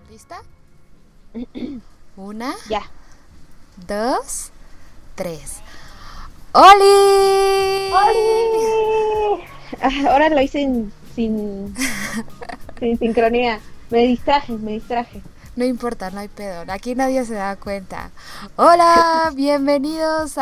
¿Lista? Una, Ya. dos, tres. ¡Oli! ¡Oli! Ahora lo hice sin sincronía. Me distraje. No importa, no hay pedo. Aquí nadie se da cuenta. Hola, bienvenidos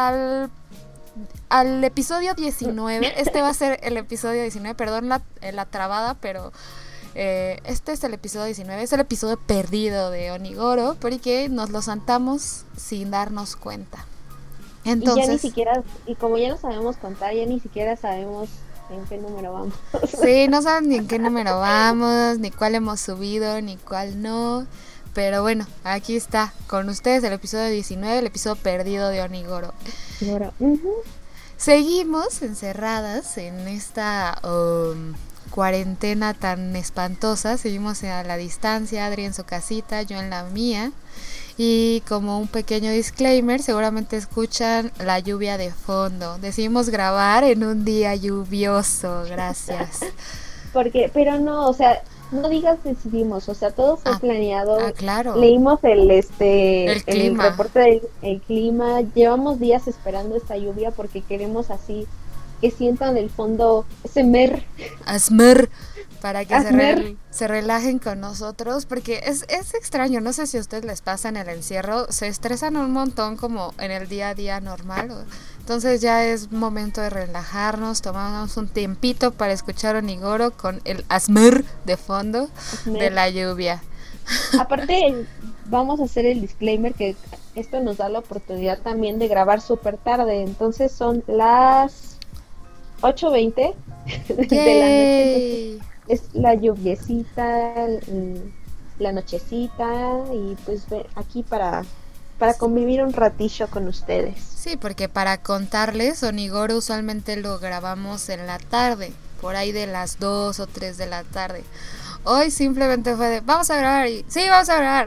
al episodio 19. Este va a ser el episodio 19. Perdón la trabada, pero este es el episodio 19. Es el episodio perdido de Onigoro, porque nos lo saltamos sin darnos cuenta. Y ya ni Entonces, siquiera, y como ya no sabemos contar, ya ni siquiera sabemos en qué número vamos. sí, no saben ni en qué número vamos, ni cuál hemos subido, ni cuál no. Pero bueno, aquí está con ustedes el episodio 19, el episodio perdido de Onigoro. Ahora, Seguimos encerradas en esta cuarentena tan espantosa. Seguimos a la distancia, Adri en su casita, yo en la mía. Y como un pequeño disclaimer, seguramente escuchan la lluvia de fondo. Decidimos grabar en un día lluvioso, gracias. pero no, o sea, no digas decidimos, o sea, todo fue planeado. Claro, Leímos el el clima. reporte del clima, llevamos días esperando esta lluvia porque queremos así que sientan el fondo ese Asmer, para que asmer. se relajen con nosotros, porque es extraño, no sé si a ustedes les pasa en el encierro, se estresan un montón como en el día a día normal, entonces ya es momento de relajarnos, tomamos un tiempito para escuchar Onigoro con el Asmer de fondo de Asmer. la lluvia. Aparte, vamos a hacer el disclaimer que esto nos da la oportunidad también de grabar súper tarde. Entonces son las 8:20 de la noche. Entonces ¡Yay! es la lluviecita, la nochecita y pues aquí para convivir un ratillo con ustedes. Sí, porque para contarles, Onigoro usualmente lo grabamos en la tarde, por ahí de las 2 o 3 de la tarde. Hoy simplemente fue de, vamos a grabar, y sí, vamos a grabar.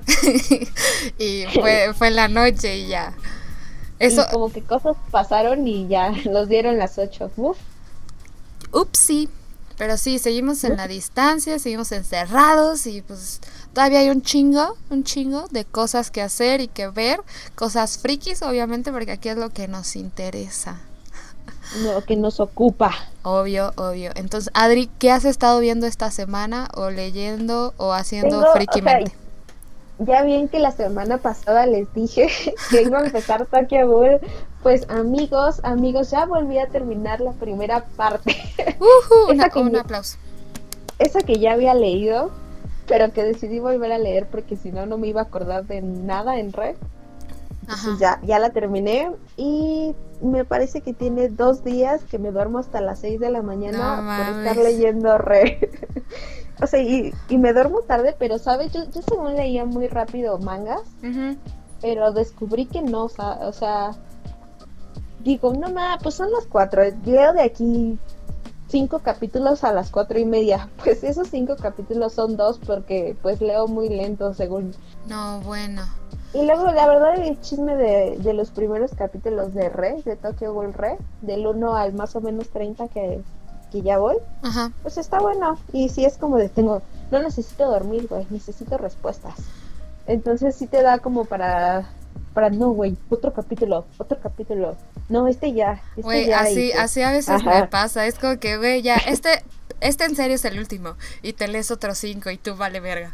Y fue en la noche y ya. Eso, Y como que cosas pasaron y ya los dieron las 8. Uf, upsí. Pero sí, seguimos en uf. la distancia, seguimos encerrados y pues todavía hay un chingo de cosas que hacer y que ver. Cosas frikis, obviamente, porque aquí es lo que nos interesa. Lo que nos ocupa. Obvio, obvio. Entonces, Adri, ¿qué has estado viendo esta semana? ¿O leyendo o haciendo O sea, frikimente? ya bien que la semana pasada les dije que iba a empezar Tokyo Ghoul, pues amigos, ya volví a terminar la primera parte. Esa Un que, aplauso. esa que ya había leído, pero que decidí volver a leer porque si no, no me iba a acordar de nada en red. Entonces Ajá. ya la terminé y me parece que tiene 2 días que me duermo hasta las 6 de la No mañana por estar mames. leyendo re. O sea, y me duermo tarde, pero sabes, yo según leía muy rápido mangas, Uh-huh. pero descubrí que no, o sea, digo, no pues son las 4, leo de aquí 5 capítulos a las 4:30, pues esos 5 capítulos son dos porque pues leo muy lento según. No, bueno. Y luego la verdad el chisme de los primeros capítulos de Tokyo Ghoul Re, del 1 al más o menos 30 que ya voy, Ajá. pues está bueno. Y sí es como no necesito dormir, güey, necesito respuestas. Entonces sí te da como no, güey, otro capítulo. No, Güey, ya, y pues, así a veces me ajá. pasa. Es como que, güey, ya, este en serio es el último. Y te lees otros 5 y tú vale verga.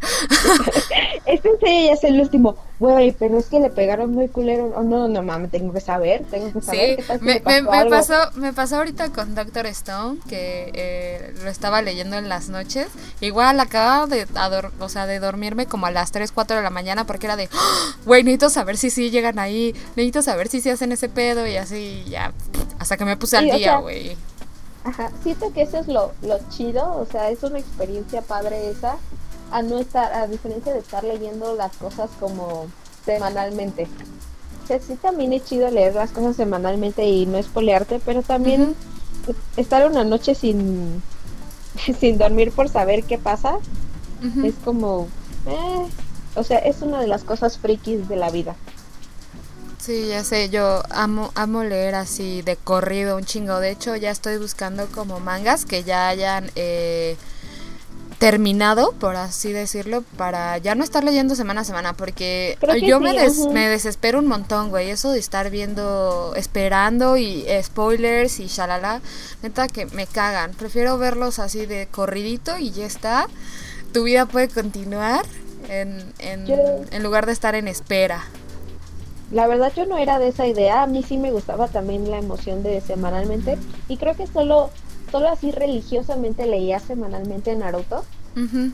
Este en serio ya es el último, güey, pero es que le pegaron muy culero. Oh, no, no mames, tengo que saber Sí, qué tal si le pasó algo. me pasó ahorita con Doctor Stone, que lo estaba leyendo en las noches. Igual acababa o sea, de dormirme como a las 3 4 de la mañana porque era de, güey, necesito saber si sí llegan ahí, necesito saber si sí hacen ese pedo y así, ya, hasta que me puse al Y, o día, sea, güey. ajá, siento que eso es lo chido, o sea, es una experiencia padre esa, a diferencia de estar leyendo las cosas como semanalmente. O sea, sí también es chido leer las cosas semanalmente y no espolearte, pero Uh-huh. también estar una noche sin, sin dormir por saber qué pasa, Uh-huh. es como, o sea, es una de las cosas frikis de la vida. Sí, ya sé, yo amo leer así de corrido un chingo. De hecho, ya estoy buscando como mangas que ya hayan terminado, por así decirlo, para ya no estar leyendo semana a semana, porque Creo que yo sí, me desespero un montón, güey, eso de estar viendo, esperando y spoilers y shalala, neta que me cagan, prefiero verlos así de corridito y ya está, tu vida puede continuar yo, en lugar de estar en espera. la verdad yo no era de esa idea, a mí sí me gustaba también la emoción de semanalmente y creo que solo así religiosamente leía semanalmente Naruto. Uh-huh,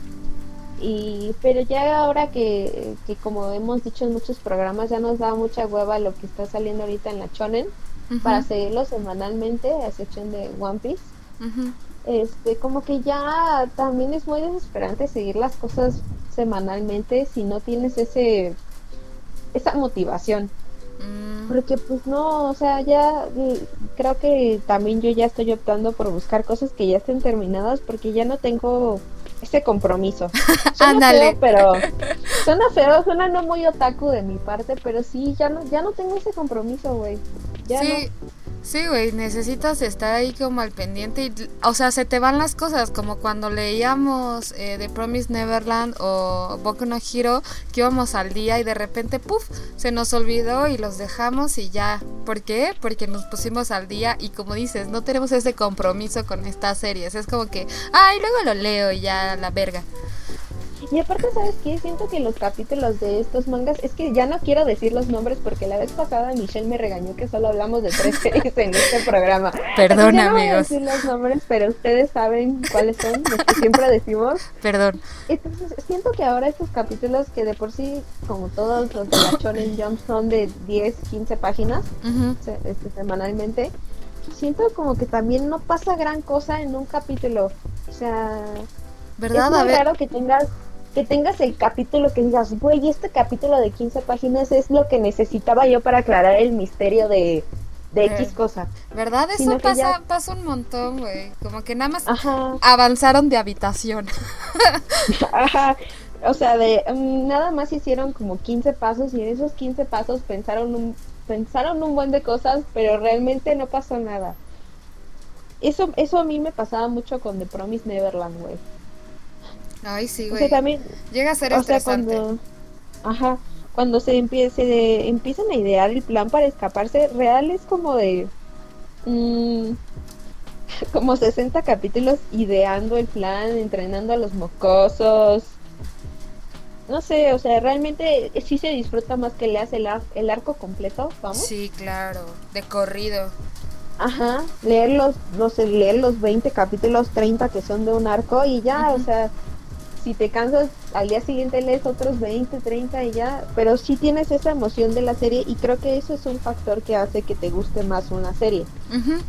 Pero ya ahora que como hemos dicho en muchos programas, ya nos da mucha hueva lo que está saliendo ahorita en la Shonen para uh-huh, seguirlo semanalmente, a excepción de One Piece. uh-huh. Como que ya también es muy desesperante seguir las cosas semanalmente si no tienes esa motivación. Mm. Porque pues no, o sea, ya creo que también yo ya estoy optando por buscar cosas que ya estén terminadas porque ya no tengo ese compromiso. Suena feo, Ándale. pero suena no muy otaku de mi parte, pero sí, ya no tengo ese compromiso, güey. Ya no. Sí, sí, güey, necesitas estar ahí como al pendiente y, o sea, se te van las cosas, como cuando leíamos The Promised Neverland o Boku no Hero, que íbamos al día y de repente, puf, se nos olvidó y los dejamos y ya. ¿Por qué? Porque nos pusimos al día y como dices, no tenemos ese compromiso con estas series, es como que, ay, luego lo leo y ya la verga. Y aparte, ¿sabes qué? Siento que los capítulos de estos mangas, es que ya no quiero decir los nombres porque la vez pasada Michelle me regañó que solo hablamos de 3 series en este programa. Perdón, Entonces ya no voy a amigos, decir los nombres, pero ustedes saben cuáles son, los que siempre decimos. perdón. Entonces siento que ahora estos capítulos que de por sí, como todos los de la Shonen Jump, son de 10, 15 páginas Uh-huh. semanalmente, siento como que también no pasa gran cosa en un capítulo. O sea, es ¿Verdad? A muy ver, raro que tengas el capítulo que digas, güey, este capítulo de 15 páginas es lo que necesitaba yo para aclarar el misterio de X cosa. ¿verdad? Eso Sino que ya, pasa un montón, güey. Como que nada más ajá, avanzaron de habitación. ajá, o sea, nada más hicieron como 15 pasos y en esos 15 pasos pensaron un buen de cosas, pero realmente no pasó nada. Eso a mí me pasaba mucho con The Promised Neverland, güey. Ay, sí, O sea, güey. también, Llega a ser o sea, estresante. cuando empiezan a idear el plan para escaparse, real es como de, mm, como 60 capítulos ideando el plan, entrenando a los mocosos. No sé, o sea, realmente sí se disfruta más que leas el arco completo, vamos. Sí, claro. De corrido. Ajá, leer los 20 capítulos, 30 que son de un arco y ya, o Ujú. sea, si te cansas, al día siguiente lees otros 20, 30 y ya, pero sí tienes esa emoción de la serie y creo que eso es un factor que hace que te guste más una serie. Ujú.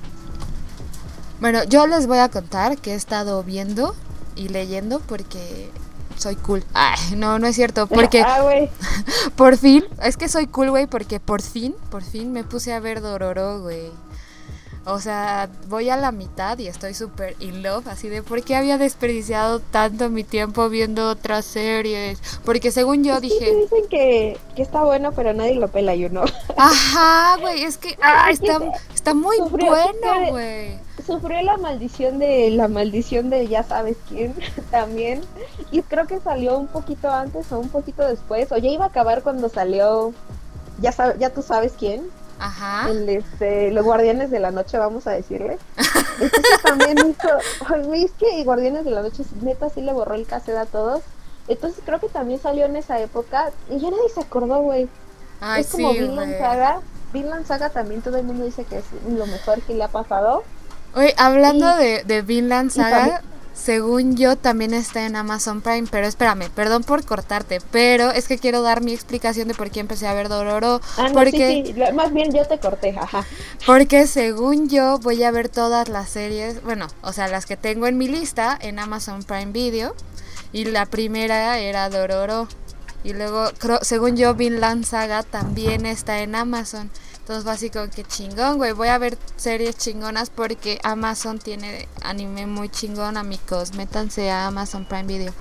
Bueno, yo les voy a contar que he estado viendo y leyendo porque soy cool. Ay, no, no es cierto. Porque Ah, güey. por fin, es que soy cool, güey, porque por fin me puse a ver Dororo, güey. O sea, voy a la mitad y estoy súper in love, así de por qué había desperdiciado tanto mi tiempo viendo otras series. Porque según yo Es que sí dije, dicen que está bueno, pero nadie lo pela y uno. ajá, güey, es que Es que está muy sufrió, bueno, güey. sufrió la maldición de ya sabes quién también. Y creo que salió un poquito antes o un poquito después, o ya iba a acabar cuando salió, ya tú sabes quién. Ajá. Los Guardianes de la Noche, vamos a decirle. Entonces también hizo, ay, es que Guardianes de la Noche neta sí le borró el cassette a todos. Entonces creo que también salió en esa época y ya nadie se acordó, güey. Ay, Es como sí, Vinland güey. Saga. Vinland Saga también todo el mundo dice que es lo mejor que le ha pasado. Oye, hablando Y, de Vinland y también, Saga, según yo también está en Amazon Prime, pero espérame, perdón por cortarte, pero es que quiero dar mi explicación de por qué empecé a ver Dororo, no, sí, porque sí, más bien yo te corté, ajá. porque según yo voy a ver todas las series, bueno, o sea, las que tengo en mi lista en Amazon Prime Video, y la primera era Dororo, y luego, según yo, Vinland Saga también está en Amazon. Entonces fue así como que chingón, güey. Voy a ver series chingonas porque Amazon tiene anime muy chingón, amigos. Métanse a Amazon Prime Video.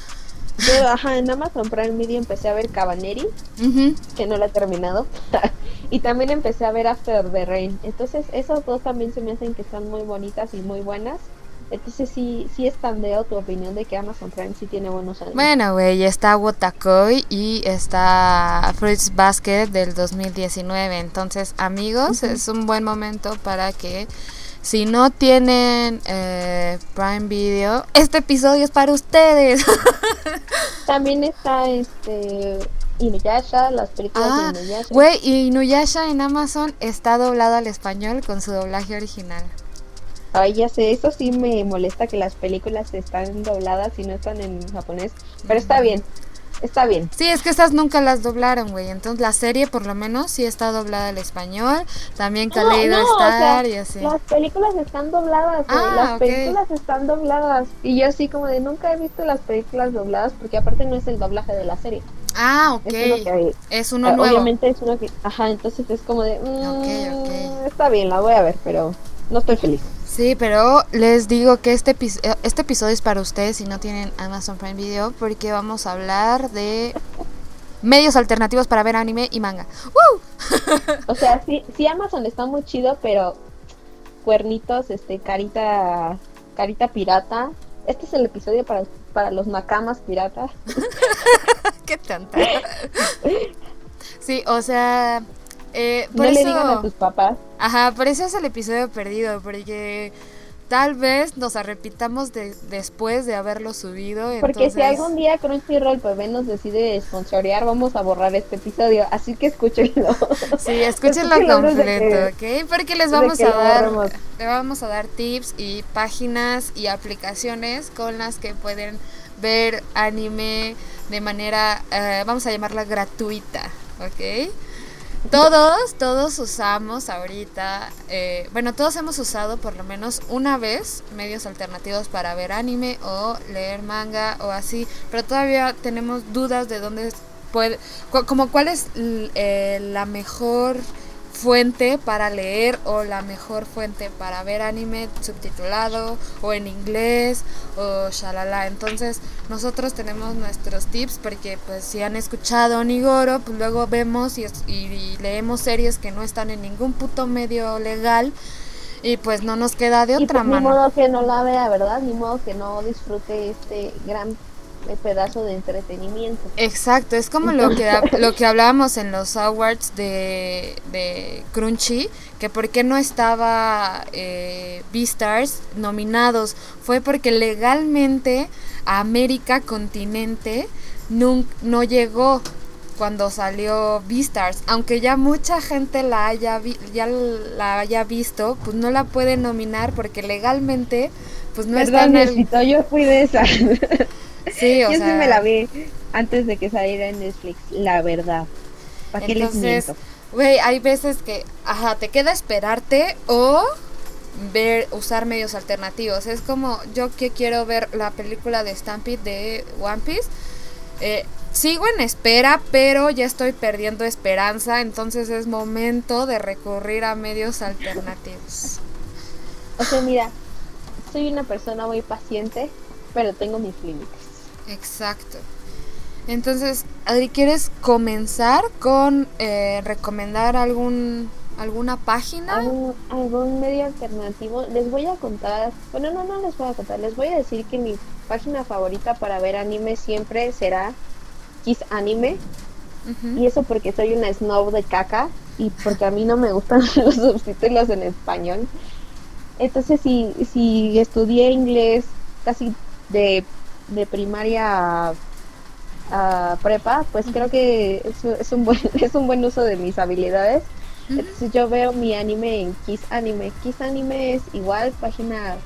Yo, en Amazon Prime Video empecé a ver Cabaneri, Uh-huh. que no la he terminado. Y también empecé a ver After the Rain. Entonces, esos dos también se me hacen que están muy bonitas y muy buenas. Entonces sí estandeo tu opinión de que Amazon Prime sí tiene buenos animes. Bueno, güey, está Wotakoi y está Fruits Basket del 2019. Entonces, amigos, es un buen momento para que, si no tienen Prime Video, este episodio es para ustedes. También está Inuyasha, las películas de Ah, Inuyasha. güey, y Inuyasha en Amazon está doblado al español con su doblaje original. Ay, ya sé, eso sí me molesta que las películas están dobladas y no están en japonés, pero está bien, está bien. Sí, es que estas nunca las doblaron, güey. Entonces la serie por lo menos sí está doblada al español. También Kaleido O sea, Star y así. las películas están dobladas, güey, las Ah, ok. películas están dobladas. Y yo así como de nunca he visto las películas dobladas porque aparte no es el doblaje de la serie. Ah, ok. Es uno que, Es uno nuevo. obviamente es uno que, ajá, entonces es como de, Ok. está bien, la voy a ver, pero no estoy feliz. Sí, pero les digo que este episodio es para ustedes si no tienen Amazon Prime Video, porque vamos a hablar de medios alternativos para ver anime y manga. ¡Woo! O sea, sí Amazon está muy chido, pero cuernitos, carita pirata. Este es el episodio para los nakamas piratas. ¡Qué tanta! Sí, o sea, por No le eso, digan a tus papás. ajá, por eso es el episodio perdido, porque tal vez nos arrepintamos después de haberlo subido. Porque si Entonces, algún día Crunchyroll pues nos decide sponsorear, vamos a borrar este episodio. Así que escúchenlo. sí, escúchenlo Escúchenlo completo, ¿ok? Porque les vamos que a lo dar, borremos. le vamos a dar tips y páginas y aplicaciones con las que pueden ver anime de manera, vamos a llamarla gratuita, ¿ok? Todos usamos ahorita, bueno, todos hemos usado por lo menos una vez medios alternativos para ver anime o leer manga o así, pero todavía tenemos dudas de dónde puede, como cuál es la mejor fuente para leer o la mejor fuente para ver anime subtitulado o en inglés o shalala. Entonces nosotros tenemos nuestros tips porque pues si han escuchado Onigoro, pues luego vemos y leemos series que no están en ningún puto medio legal y pues no nos queda de otra, pues, ni mano. modo que no la vea, ¿verdad? Ni modo que no disfrute este gran pedazo de entretenimiento. Exacto, es como lo que hablábamos en los awards de Crunchy, que por qué no estaba Beastars nominados, fue porque legalmente a América continente no llegó cuando salió Beastars, aunque ya mucha gente ya la haya visto, pues no la puede nominar porque legalmente pues no está en el... Yo fui de esa. Sí, o Yo sea, sí me la vi antes de que saliera en Netflix, la verdad. ¿Para qué les entonces, miento? güey, hay veces que, ajá, te queda esperarte o usar medios alternativos. Es como yo que quiero ver la película de Stampede de One Piece. Sigo en espera, pero ya estoy perdiendo esperanza, entonces es momento de recurrir a medios alternativos. O sea, mira, soy una persona muy paciente, pero tengo mis límites. Exacto. Entonces, Adri, ¿quieres comenzar con recomendar alguna página? ¿Algún medio alternativo? Les voy a contar, bueno, no les voy a contar, les voy a decir que mi página favorita para ver anime siempre será Kiss Anime. Uh-huh. Y eso porque soy una snob de caca y porque a mí no me gustan los subtítulos en español. Entonces, si estudié inglés casi de primaria a prepa, pues creo que es un buen uso de mis habilidades. Entonces yo veo mi anime en Kiss Anime. Kiss Anime es igual página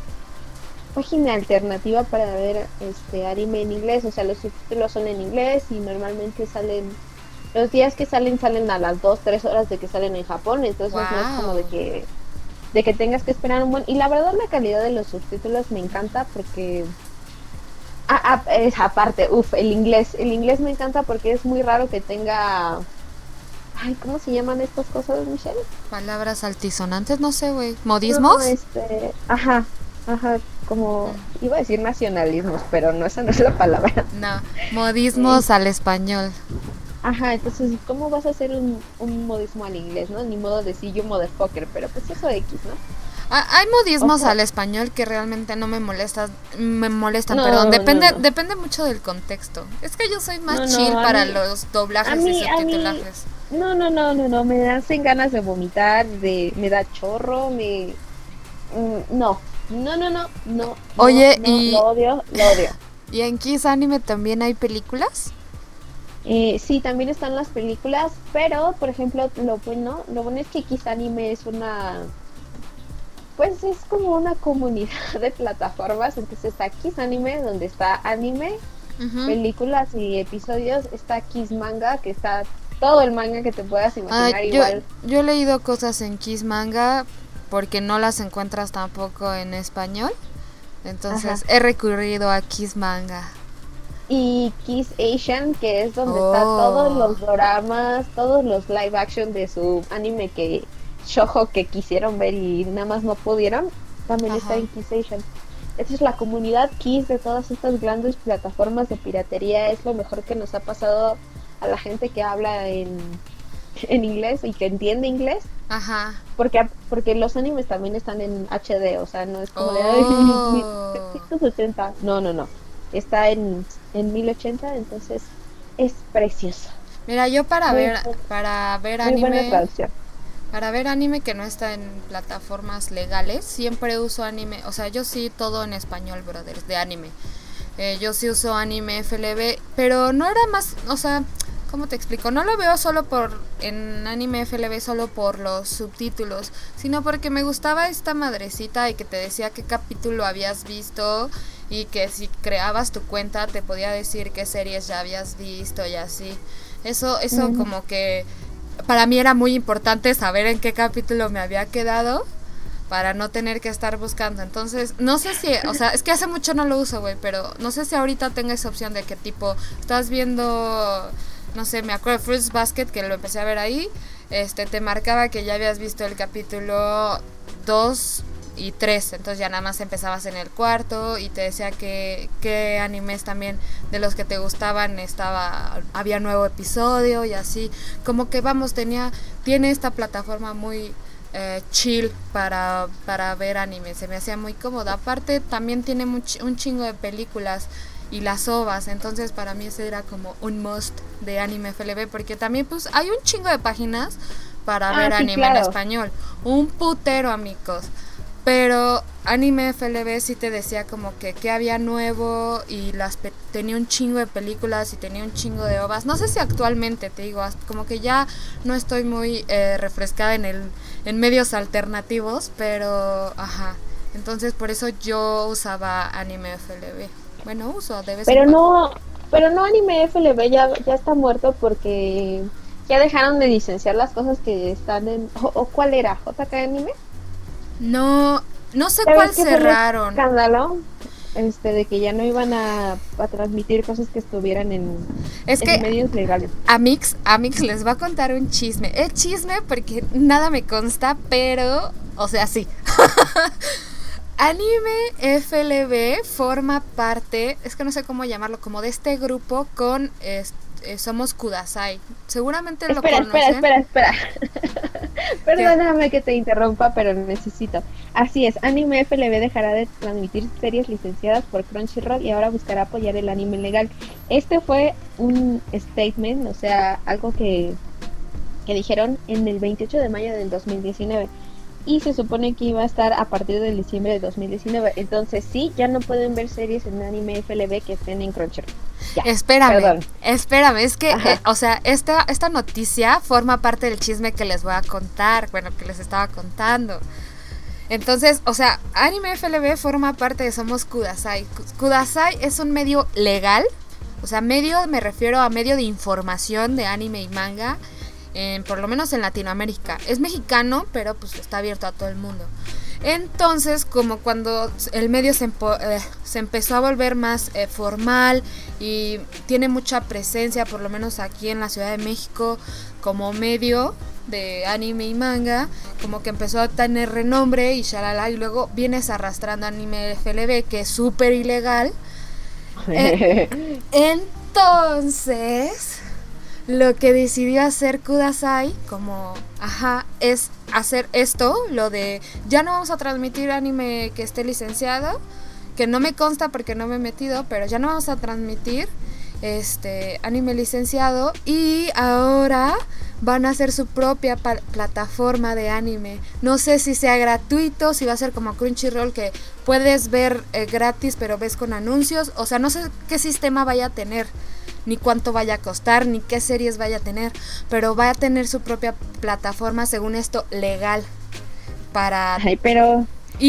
alternativa para ver anime en inglés. O sea, los subtítulos son en inglés y normalmente los días que salen a las 2-3 horas de que salen en Japón. Entonces no es como de que tengas que esperar un buen... Y la verdad la calidad de los subtítulos me encanta porque... es aparte, el inglés me encanta porque es muy raro que tenga... Ay, ¿cómo se llaman estas cosas, Michelle? Palabras altisonantes, no sé, güey. ¿Modismos? No, ajá, como... Iba a decir nacionalismos, pero no, esa no es la palabra. No, modismos al español. Ajá, entonces, ¿cómo vas a hacer un modismo al inglés, no? Ni modo de decir yo motherfucker, pero pues eso X, ¿no? Hay modismos Ojo. al español que realmente no me molestan, No, perdón, no, no. depende mucho del contexto. Es que yo soy más No, chill no, para los doblajes y a mí, subtitulajes. no, no, no, no, no, me hacen ganas de vomitar, me da chorro, no, no, no, no, no, no, Oye, no, lo odio, lo odio. ¿y en Kiss Anime también hay películas? Sí, también están las películas, pero, por ejemplo, lo bueno es que Kiss Anime es pues es como una comunidad de plataformas, entonces está Kiss Anime, donde está anime, Ujú. películas y episodios, está Kiss Manga, que está todo el manga que te puedas Ah, imaginar igual. yo he leído cosas en Kiss Manga porque no las encuentras tampoco en español. Ajá. Entonces he recurrido a Kiss Manga. Y Kiss Asian, que es donde está todos Oh, los doramas, todos los live action de su anime que shoujo que quisieron ver y nada más no pudieron, también está ajá. en Kiss Asian. Esa es la comunidad Kiss de todas estas grandes plataformas de piratería, es lo mejor que nos ha pasado a la gente que habla en inglés y que entiende inglés, Ajá. porque los animes también están en HD, o sea, no es como de ay, Oh. 780. No, no, no. Está en 1080, entonces es precioso. Mira, yo Muy, bu- para ver muy buena anime, traducción. para ver anime que no está en plataformas legales, siempre uso anime, o sea, yo sí todo en español, brothers, de anime. Yo sí uso anime FLV, pero no era más, o sea, ¿cómo te explico? No lo veo solo en anime FLV solo por los subtítulos, sino porque me gustaba esta madrecita y que te decía qué capítulo habías visto y que si creabas tu cuenta te podía decir qué series ya habías visto y así. Eso Mm, como que para mí era muy importante saber en qué capítulo me había quedado para no tener que estar buscando. Entonces, no sé si, o sea, es que hace mucho no lo uso, güey, pero no sé si ahorita tenga esa opción de que tipo, estás viendo, no sé, me acuerdo de Fruits Basket, que lo empecé a ver ahí, te marcaba que ya habías visto el capítulo 2 y 3, entonces ya nada más empezabas en el cuarto y te decía que animes también de los que te gustaban había nuevo episodio y así, como que vamos, tiene esta plataforma muy chill para ver anime, se me hacía muy cómoda. Aparte también tiene un chingo de películas y las ovas, entonces para mí ese era como un must de Anime FLV, porque también pues hay un chingo de páginas para Ah, ver sí, anime en claro. español, un putero, amigos. Pero Anime FLV sí te decía como que había nuevo y tenía un chingo de películas y tenía un chingo de ovas. No sé si actualmente, te digo, como que ya no estoy muy refrescada en medios alternativos, pero ajá. Entonces por eso yo usaba Anime FLV. Bueno, uso de vez en Pero cuando. no, pero no anime FLB ya está muerto porque ya dejaron de licenciar las cosas que están o ¿cuál era? ¿JK Anime? No, no sé ¿Ya ves cuál que fue el cerraron. escándalo? De que ya no iban a transmitir cosas que estuvieran Es en que medios legales. Amix les va a contar un chisme. Es chisme porque nada me consta, pero, o sea, sí. Anime FLB forma parte, es que no sé cómo llamarlo, como de este grupo con Somos Kudasai. Seguramente lo Espera, espera, conocen. espera, espera. Que Perdóname que te interrumpa, pero necesito. Así es, Anime FLB dejará de transmitir series licenciadas por Crunchyroll y ahora buscará apoyar el anime legal. Este fue un statement, o sea, algo que dijeron en el 28 de mayo del 2019 y se supone que iba a estar a partir del diciembre de 2019. Entonces sí, ya no pueden ver series en anime FLB que estén en Crunchyroll. Ya, perdón. espérame, es que, Ajá. o sea, esta noticia forma parte del chisme que les voy a contar, bueno, que les estaba contando. Entonces, o sea, Anime FLB forma parte de Somos Kudasai. Kudasai es un medio legal, o sea, medio, me refiero a medio de información de anime y manga, por lo menos en Latinoamérica. Es mexicano, pero pues está abierto a todo el mundo. Entonces, como cuando el medio se empezó a volver más formal y tiene mucha presencia, por lo menos aquí en la Ciudad de México, como medio de anime y manga, como que empezó a tener renombre y shalala, y luego vienes arrastrando anime FLB, que es súper ilegal. Eh, entonces, lo que decidió hacer Kudasai, como, es hacer esto, lo de, ya no vamos a transmitir anime que esté licenciado, que no me consta porque no me he metido, pero ya no vamos a transmitir anime licenciado, y ahora van a hacer su propia plataforma de anime. No sé si sea gratuito, si va a ser como Crunchyroll, que puedes ver gratis pero ves con anuncios. O sea, no sé qué sistema vaya a tener, ni cuánto vaya a costar, ni qué series vaya a tener, pero va a tener su propia plataforma, según esto, legal para... Ay, pero...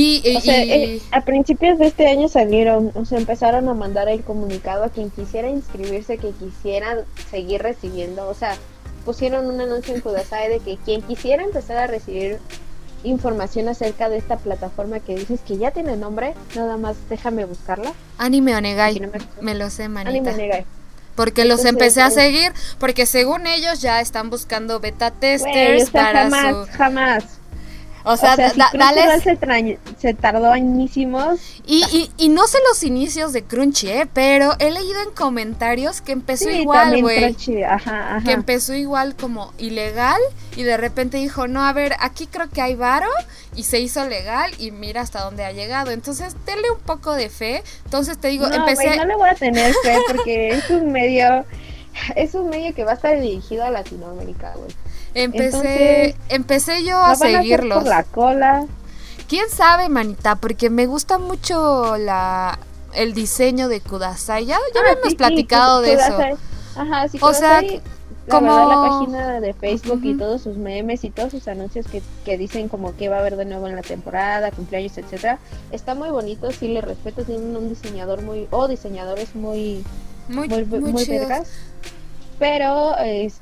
a principios de este año salieron, o sea, empezaron a mandar el comunicado a quien quisiera inscribirse, que quisieran seguir recibiendo, o sea, pusieron un anuncio en Kudasai de que quien quisiera empezar a recibir información acerca de esta plataforma que dices que ya tiene nombre, nada más déjame buscarla. Anime Onegai, me lo sé, manita. Anime Onegai. Porque entonces, los empecé a seguir, porque según ellos ya están buscando beta testers para jamás. O sea, dale. Se tardó añísimos. Y no sé los inicios de Crunchy, pero he leído en comentarios que empezó igual, güey. Que empezó igual como ilegal y de repente dijo, no, a ver, aquí creo que hay varo, y se hizo legal y mira hasta dónde ha llegado. Entonces, tenle un poco de fe. Entonces te digo, no le voy a tener fe porque es un medio que va a estar dirigido a Latinoamérica, güey. Empecé yo a seguirlos. Por la cola. ¿Quién sabe, manita? Porque me gusta mucho el diseño de Kudasai. Ya habíamos platicado de Kudasai. eso. Ajá, sí, o Kudasai, sea, como la página de Facebook y todos sus memes y todos sus anuncios que dicen como que va a haber de nuevo en la temporada, cumpleaños, etcétera. Está muy bonito, sí le respeto, tienen un diseñador diseñadores muy vergas. Pero,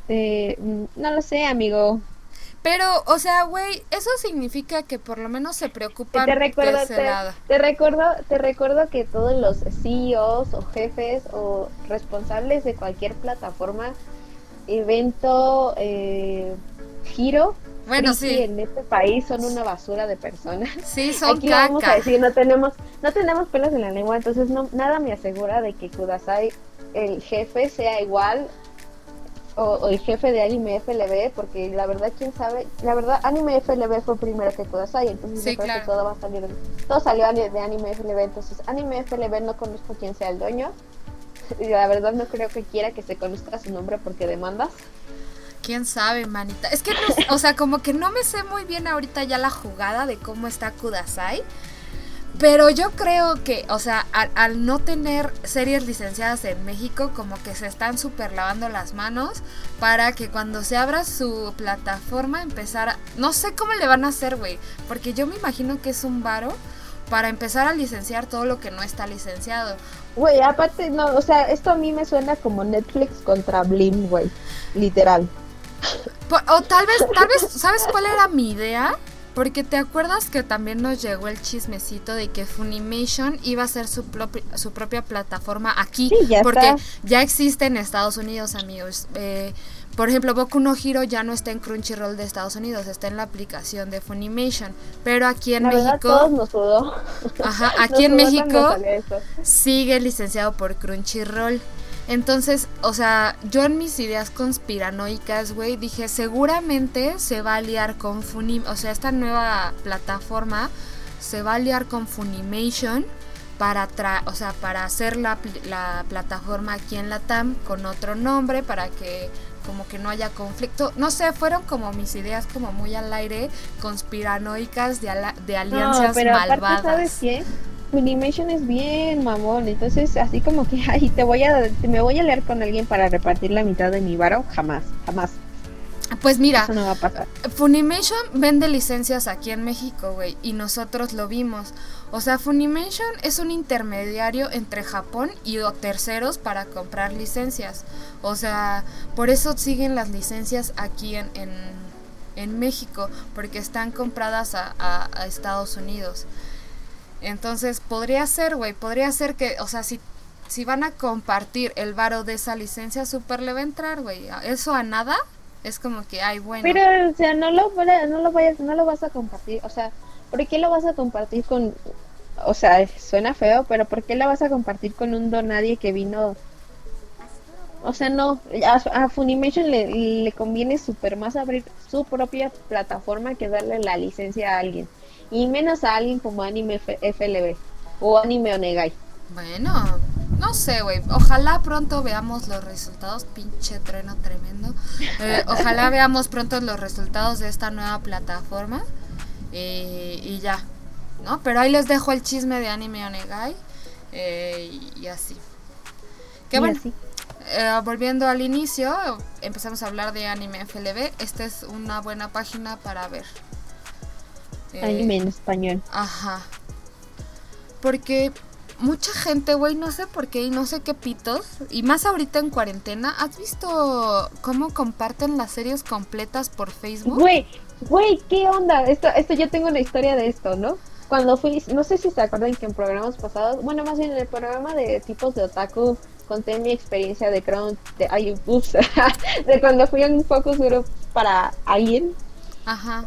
no lo sé, amigo. Pero, o sea, güey, eso significa que por lo menos se preocupan de ese lado. Te recuerdo que todos los CEOs o jefes o responsables de cualquier plataforma, evento, giro, bueno, sí, en este país son una basura de personas. Sí, son aquí caca. Vamos a decir, no tenemos pelos en la lengua, entonces nada me asegura de que Kudasai, el jefe, sea igual o el jefe de Anime FLB, porque la verdad, quién sabe, Anime FLB fue primero que Kudasai, entonces sí, yo creo claro. que todo salió de Anime FLB, entonces Anime FLB no conozco quién sea el dueño, y la verdad no creo que quiera que se conozca su nombre porque demandas. Quién sabe, manita, es que no, o sea, como que no me sé muy bien ahorita ya la jugada de cómo está Kudasai. Pero yo creo que, o sea, al no tener series licenciadas en México, como que se están súper lavando las manos para que cuando se abra su plataforma empezar a... No sé cómo le van a hacer, güey, porque yo me imagino que es un varo para empezar a licenciar todo lo que no está licenciado. Güey, aparte, no, o sea, esto a mí me suena como Netflix contra Blim, güey, literal. O tal vez, ¿sabes cuál era mi idea? Porque te acuerdas que también nos llegó el chismecito de que Funimation iba a hacer su propia plataforma aquí, sí, porque ya existe en Estados Unidos, amigos. Por ejemplo, Boku no Hero ya no está en Crunchyroll de Estados Unidos, está en la aplicación de Funimation, pero aquí en México, verdad, todos nos sudó. Ajá, aquí en México sigue licenciado por Crunchyroll. Entonces, o sea, yo en mis ideas conspiranoicas, güey, dije, seguramente se va a aliar con o sea, esta nueva plataforma se va a aliar con Funimation para hacer la plataforma aquí en Latam con otro nombre, para que como que no haya conflicto. No sé, fueron como mis ideas como muy al aire, conspiranoicas de alianzas malvadas. Aparte, ¿sabes qué? Funimation es bien mamón, entonces así como que ay, me voy a leer con alguien para repartir la mitad de mi varo, jamás. Pues mira, eso no va a pasar. Funimation vende licencias aquí en México, güey, y nosotros lo vimos. O sea, Funimation es un intermediario entre Japón y terceros para comprar licencias. O sea, por eso siguen las licencias aquí en México, porque están compradas a Estados Unidos. Entonces podría ser que, o sea, si van a compartir el varo de esa licencia, súper le va a entrar, güey. Eso a nada es como que, ay, bueno. Pero, o sea, no lo vas a compartir, o sea, ¿por qué lo vas a compartir con, o sea, suena feo, pero ¿por qué lo vas a compartir con un don nadie que vino O sea, no, a Funimation le conviene súper más abrir su propia plataforma que darle la licencia a alguien. Y menos a alguien como Anime FLB o Anime Onegai. Bueno, no sé, güey. Ojalá pronto veamos los resultados. Pinche trueno tremendo. Ojalá veamos pronto los resultados de esta nueva plataforma. Y ya, ¿no? Pero ahí les dejo el chisme de Anime Onegai. Y así. Que Y bueno. así. Volviendo al inicio, empezamos a hablar de Anime FLB. Esta es una buena página para ver. Anime en español. Ajá. Porque mucha gente, güey, no sé por qué y no sé qué pitos, y más ahorita en cuarentena, ¿has visto cómo comparten las series completas por Facebook? Güey, ¿qué onda? Esto yo tengo una historia de esto, ¿no? Cuando fui, no sé si se acuerdan que en programas pasados, bueno, más bien en el programa de tipos de otaku, conté mi experiencia de de cuando fui a un focus group para alguien, Ajá.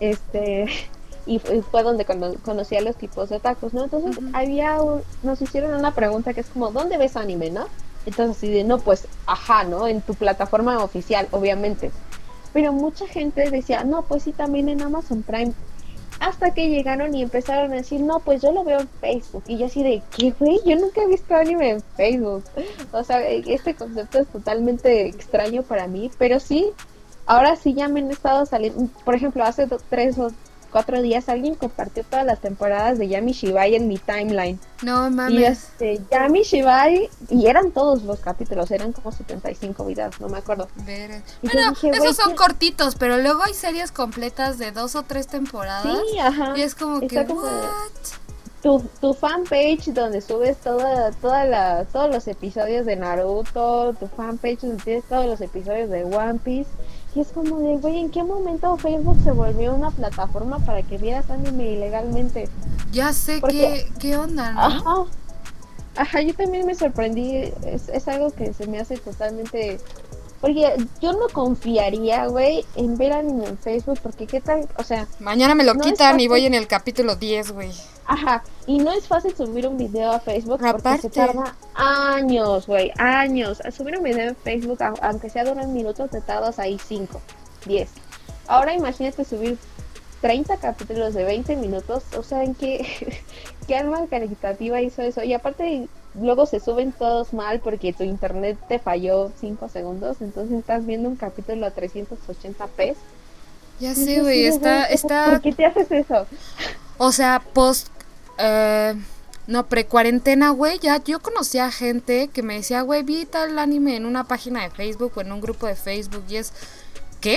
y fue donde conocí a los tipos de otakus, ¿no? Entonces nos hicieron una pregunta que es como, ¿dónde ves anime, no? Entonces así de, no, pues, ajá, ¿no? En tu plataforma oficial, obviamente. Pero mucha gente decía, no, pues sí, también en Amazon Prime. Hasta que llegaron y empezaron a decir, no, pues yo lo veo en Facebook. Y yo así de, ¿qué, güey? Yo nunca he visto anime en Facebook. O sea, este concepto es totalmente extraño para mí, pero sí, ahora sí ya me han estado saliendo. Por ejemplo, hace 3 o 4 días alguien compartió todas las temporadas de Yami Shibai en mi timeline. No Y mames. Yami Shibai, y eran todos los capítulos, eran como 75 videos, no me acuerdo. Y yo Bueno, dije, esos güey, son cortitos, pero luego hay series completas de 2 o 3 temporadas. sí, ajá. Y es como que, Está como ¿what? tu fanpage donde subes todos los episodios de Naruto, tu fanpage donde tienes todos los episodios de One Piece. Y es como de, güey, ¿en qué momento Facebook se volvió una plataforma para que vieras anime ilegalmente? Ya sé Porque, qué onda, ¿no? ajá, ajá, yo también me sorprendí. Es algo que se me hace totalmente. Porque yo no confiaría, güey, en ver anime en Facebook, porque qué tal, o sea, Mañana me lo no es quitan y voy fácil. en el capítulo 10, güey. Ajá, y no es fácil subir un video a Facebook porque se Aparte, tarda años, güey, años. A subir un video en Facebook, aunque sea de un minuto, te tardas ahí 5, 10. Ahora imagínate subir 30 capítulos de 20 minutos, o sea, ¿en qué, qué alma caritativa hizo eso? Y aparte, luego se suben todos mal porque tu internet te falló 5 segundos, entonces estás viendo un capítulo a 380p. ya Y es sé, así güey, de, güey, ¿por está, qué te haces eso? o sea, eh, no, pre-cuarentena, güey, ya yo conocía gente que me decía, güey, vi tal anime en una página de Facebook o en un grupo de Facebook y es, ¿qué?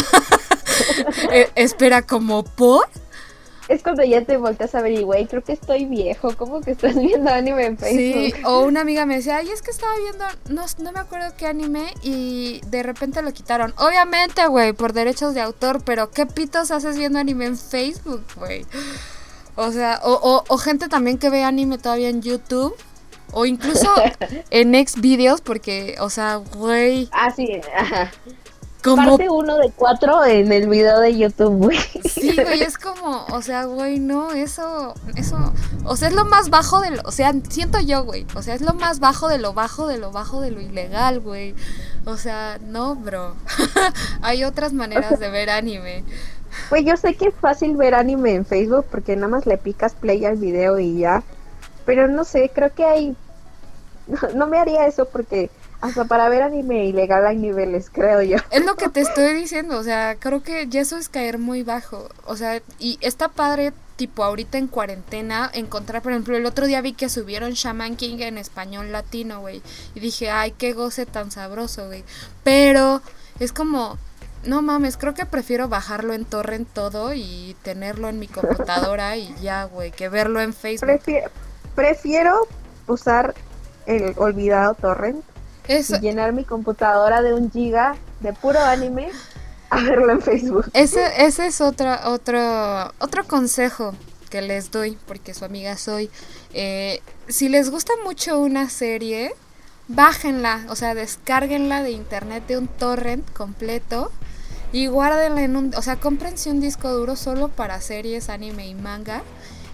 Espera, ¿como por? Es cuando ya te volteas a ver y, güey, creo que estoy viejo. ¿Cómo que estás viendo anime en Sí, Facebook? o una amiga me decía, ay, es que estaba viendo, no me acuerdo qué anime y de repente lo quitaron. Obviamente, güey, por derechos de autor, pero ¿qué pitos haces viendo anime en Facebook, güey? O sea, o gente también que ve anime todavía en YouTube, o incluso en Xvideos, porque, o sea, güey, Ah, sí, ajá. como, Parte 1 de 4 en el video de YouTube, güey. sí, güey, es como, o sea, güey, no, o sea, es lo más bajo de lo, o sea, siento yo, güey, o sea, es lo más bajo de lo bajo de lo bajo de lo ilegal, güey, o sea, no, bro, hay otras maneras de ver anime. Güey, yo sé que es fácil ver anime en Facebook porque nada más le picas play al video y ya. Pero no sé, creo que hay. No me haría eso porque hasta para ver anime ilegal hay niveles, creo yo. Es lo que te estoy diciendo, o sea, creo que ya eso es caer muy bajo, o sea, y está padre, tipo, ahorita en cuarentena, encontrar, por ejemplo, el otro día vi que subieron Shaman King en español latino, güey, y dije, ay, qué goce tan sabroso, güey, pero es como, no mames, creo que prefiero bajarlo en torrent todo y tenerlo en mi computadora y ya, güey, que verlo en Facebook. Prefiero usar el olvidado torrent Eso, y llenar mi computadora de 1 GB de puro anime a verlo en Facebook. ese es otro consejo que les doy, porque su amiga soy. Si les gusta mucho una serie, bájenla, o sea, descárguenla de internet de un torrent completo y guárdenla o sea, cómprense un disco duro solo para series, anime y manga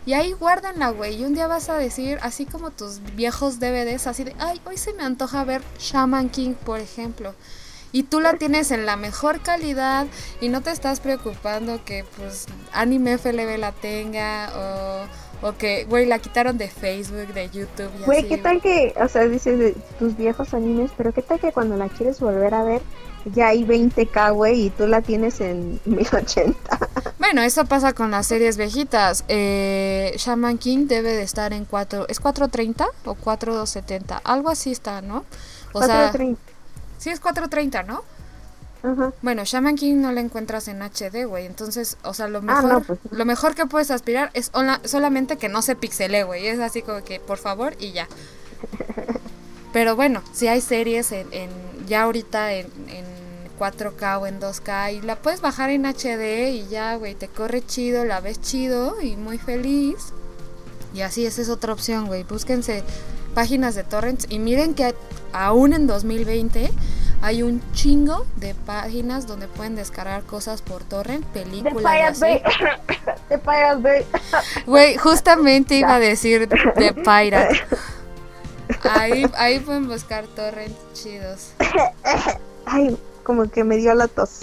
Y ahí guárdenla, güey. Y un día vas a decir, así como tus viejos DVDs, así de, ay, hoy se me antoja ver Shaman King, por ejemplo. Y tú la tienes en la mejor calidad y no te estás preocupando que, pues, Anime FLV la tenga o que, güey, la quitaron de Facebook, de YouTube y Güey, así. ¿qué tal que, o sea, dices de tus viejos animes, pero qué tal que cuando la quieres volver a ver, ya hay 20K, güey, y tú la tienes en 1080? Bueno, eso pasa con las series viejitas. Shaman King debe de estar en 4... ¿Es 430 o 470? Algo así está, ¿no? O 430. sea, sí es 430, ¿no? Ajá. Bueno, Shaman King no la encuentras en HD, güey. Entonces, o sea, lo mejor, no, pues. lo mejor que puedes aspirar es solamente que no se pixele, güey. Es así como que, por favor, y ya. Pero bueno, si hay series ya ahorita en 4K o en 2K y la puedes bajar en HD y ya, güey, te corre chido, la ves chido y muy feliz. Y así, esa es otra opción, güey. Búsquense páginas de torrents y miren que aún en 2020 hay un chingo de páginas donde pueden descargar cosas por torrent, películas y así. The Pirate Bay. Güey, justamente iba a decir The Pirate. Ahí pueden buscar torrents chidos. Ay, como que me dio la tos.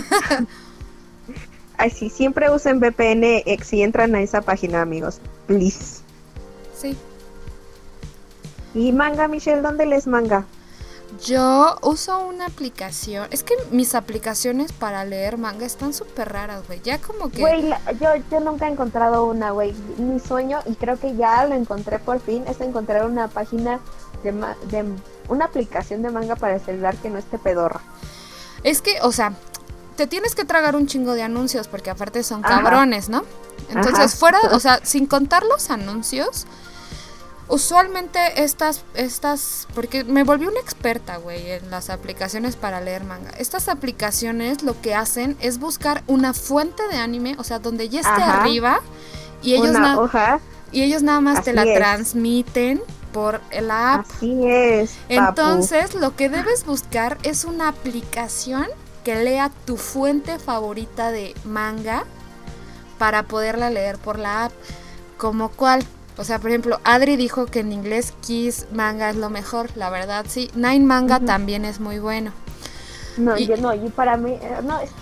Ay, sí, siempre usen VPN si entran a esa página, amigos. Please. Sí. ¿Y manga, Michelle? ¿Dónde lees manga? Yo uso una aplicación. Es que mis aplicaciones para leer manga están súper raras, güey. Ya como que... Güey, yo nunca he encontrado una, güey. Mi sueño, y creo que ya lo encontré por fin, es encontrar una página de una aplicación de manga para el celular que no esté pedorra. Es que, o sea, te tienes que tragar un chingo de anuncios porque aparte son Ajá. cabrones, ¿no? Entonces, fuera, o sea, sin contar los anuncios, usualmente estas, porque me volví una experta, güey, en las aplicaciones para leer manga. Estas aplicaciones lo que hacen es buscar una fuente de anime, o sea, donde ya esté Ajá. arriba y ellos, y ellos nada más Así te la es. transmiten por la app. Así es, papu. Entonces, lo que debes buscar es una aplicación que lea tu fuente favorita de manga para poderla leer por la app. ¿Como cuál? O sea, por ejemplo, Adri dijo que en inglés Kiss Manga es lo mejor, la verdad sí. Nine Manga también es muy bueno. No, y para mí, no, es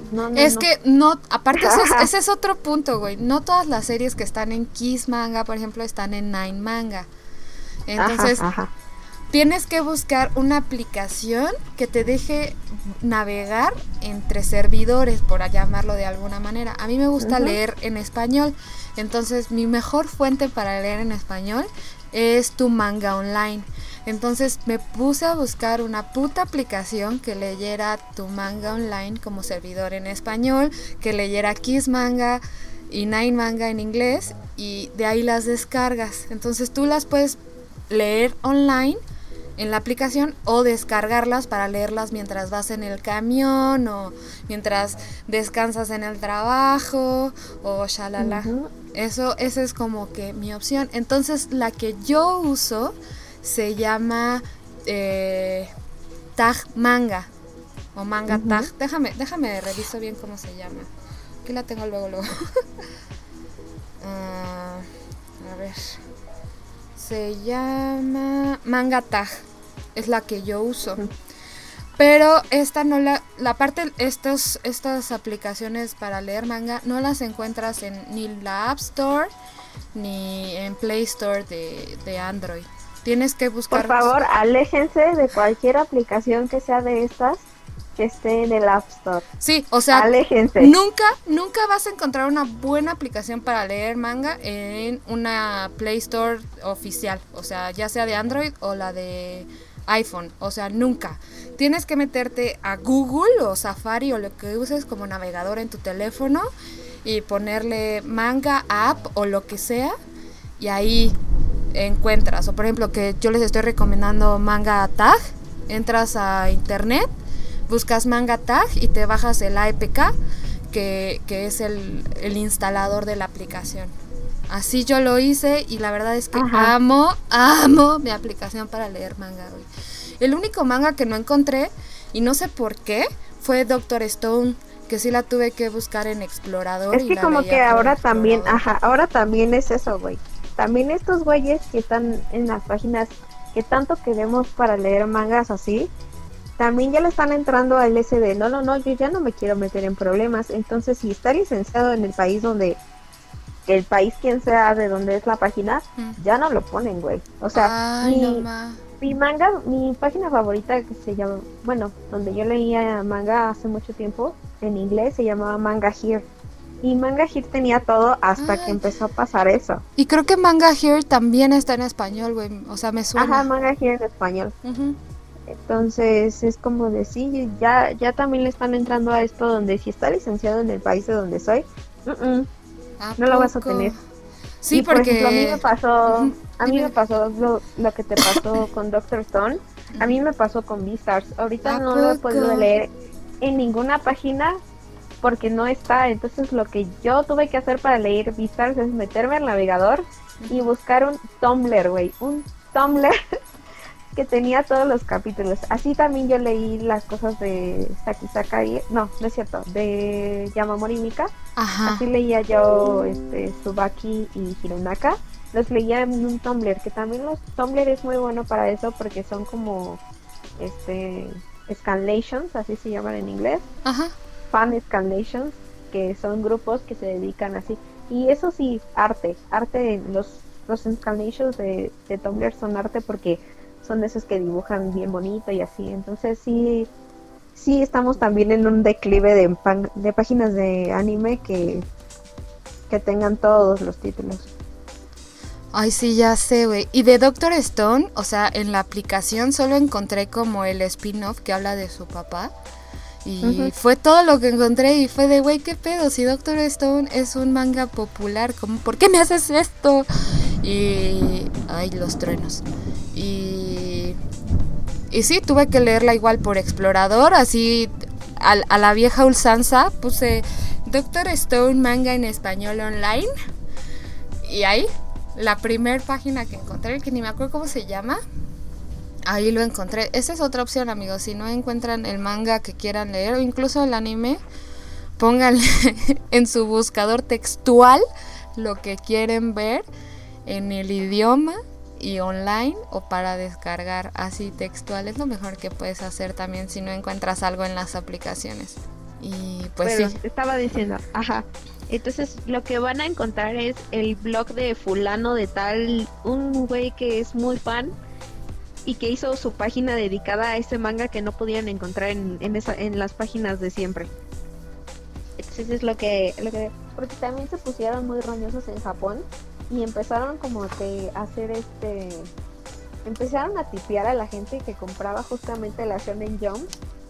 que aparte ese es otro punto, güey. No todas las series que están en Kiss Manga, por ejemplo, están en Nine Manga. Entonces, ajá. Tienes que buscar una aplicación que te deje navegar entre servidores, por llamarlo de alguna manera. A mí me gusta leer en español, entonces mi mejor fuente para leer en español es Tu Manga Online. Entonces me puse a buscar una puta aplicación que leyera Tu Manga Online como servidor en español, que leyera Kiss Manga y Nine Manga en inglés, y de ahí las descargas. Entonces tú las puedes leer online en la aplicación o descargarlas para leerlas mientras vas en el camión o mientras descansas en el trabajo o shalala. Esa es como que mi opción. Entonces la que yo uso se llama Tag Manga o Manga Tag. Déjame reviso bien cómo se llama. Aquí la tengo luego. A ver. Se llama Manga Tag. Es la que yo uso. Pero esta no la parte, estas aplicaciones para leer manga no las encuentras en ni la App Store ni en Play Store de Android. Tienes que buscar. Por favor, aléjense de cualquier aplicación que sea de estas que esté en el App Store. Sí, o sea, aléjense. Nunca vas a encontrar una buena aplicación para leer manga en una Play Store oficial, o sea, ya sea de Android o la de iPhone, o sea, nunca. Tienes que meterte a Google o Safari o lo que uses como navegador en tu teléfono y ponerle manga app o lo que sea y ahí encuentras. O por ejemplo, que yo les estoy recomendando Manga Tag, entras a internet, buscas Manga Tag y te bajas el APK que es el instalador de la aplicación. Así yo lo hice y la verdad es que amo mi aplicación para leer manga, güey. El único manga que no encontré, y no sé por qué, fue Doctor Stone, que sí la tuve que buscar en Explorador. Es que como que ahora también, ahora también es eso, güey. También estos güeyes que están en las páginas que tanto queremos para leer mangas así, también ya le están entrando al ese de no, yo ya no me quiero meter en problemas. Entonces, si está licenciado en el país donde, el país quien sea de donde es la página, ya no lo ponen, güey. O sea, mi manga, mi página favorita que se llama, bueno, donde yo leía manga hace mucho tiempo, en inglés se llamaba Manga Here. Y Manga Here tenía todo hasta que empezó a pasar eso. Y creo que Manga Here también está en español, güey. O sea, me suena. Ajá, Manga Here en español. Entonces es como decir, ya también le están entrando a esto donde si está licenciado en el país de donde soy, no lo vas a tener. Sí, y porque por ejemplo, a mí me pasó lo que te pasó con Doctor Stone, a mí me pasó con Beastars. Ahorita no lo he podido leer en ninguna página porque no está. Entonces lo que yo tuve que hacer para leer Beastars es meterme al navegador y buscar un Tumblr, güey, un Tumblr que tenía todos los capítulos. Así también yo leí las cosas de Sakisakari, no es cierto, de Yamamori Mika. Así leía yo Tsubaki y Hirunaka. Los leía en un Tumblr, que también los Tumblr es muy bueno para eso porque son como scanlations, así se llaman en inglés. Fan scanlations, que son grupos que se dedican así. Y eso sí, arte, los scanlations de Tumblr son arte porque son esos que dibujan bien bonito y así. Entonces sí estamos también en un declive de páginas de anime que tengan todos los títulos. Ay, sí, ya sé, güey. Y de Doctor Stone, o sea, en la aplicación solo encontré como el spin-off que habla de su papá. Y fue todo lo que encontré y fue de, güey, ¿qué pedo? Si Doctor Stone es un manga popular, ¿por qué me haces esto? Y... ay, los truenos. Y sí, tuve que leerla igual por Explorador, así a la vieja ulsanza, puse Doctor Stone manga en español online. Y ahí, la primer página que encontré, que ni me acuerdo cómo se llama, ahí lo encontré. Esa es otra opción, amigos. Si no encuentran el manga que quieran leer o incluso el anime, pónganle en su buscador textual lo que quieren ver en el idioma y online o para descargar así textual. Es lo mejor que puedes hacer también si no encuentras algo en las aplicaciones. Y pues pero sí. Estaba diciendo, entonces lo que van a encontrar es el blog de fulano de tal, un güey que es muy fan y que hizo su página dedicada a ese manga que no podían encontrar en las páginas de siempre. Entonces es lo que porque también se pusieron muy roñosos en Japón y empezaron como que a hacer empezaron a tipear a la gente que compraba justamente la Shonen Jump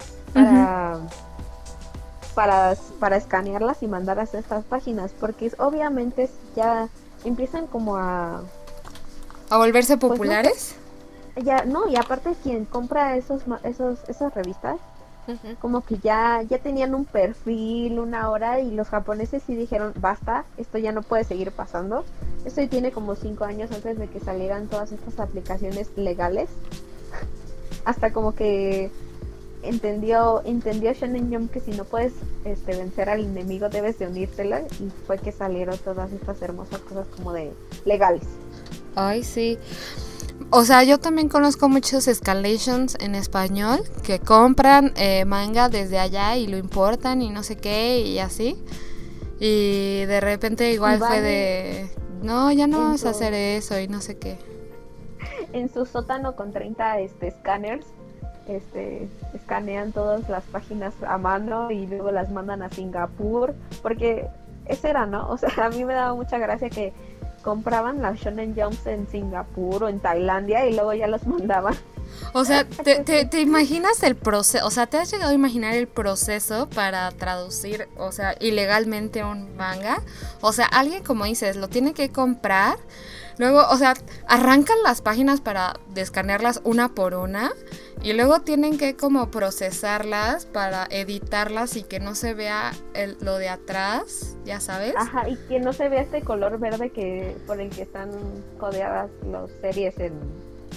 para escanearlas y mandarlas a estas páginas, porque obviamente ya empiezan como a volverse populares. Pues y aparte quien compra esas revistas como que ya tenían un perfil, una hora, y los japoneses sí dijeron, basta, esto ya no puede seguir pasando. Esto tiene como 5 años antes de que salieran todas estas aplicaciones legales. Hasta como que entendió Shonen Jump que si no puedes vencer al enemigo debes de unírtela, y fue que salieron todas estas hermosas cosas como de legales. Ay, sí. O sea, yo también conozco muchos escalations en español que compran manga desde allá y lo importan y no sé qué y así. Y de repente igual fue de, no, ya no vamos a hacer eso y no sé qué. En su sótano con 30 escáneres, escanean todas las páginas a mano y luego las mandan a Singapur, porque ese era, ¿no? O sea, a mí me daba mucha gracia que compraban las Shonen Jumps en Singapur o en Tailandia y luego ya los mandaban. O sea, ¿te imaginas el proceso? O sea, ¿te has llegado a imaginar el proceso para traducir, o sea, ilegalmente un manga? O sea, alguien, como dices, lo tiene que comprar. Luego, o sea, arrancan las páginas para descanearlas una por una y luego tienen que como procesarlas para editarlas y que no se vea lo de atrás, ya sabes. Ajá, y que no se vea este color verde por el que están codeadas las series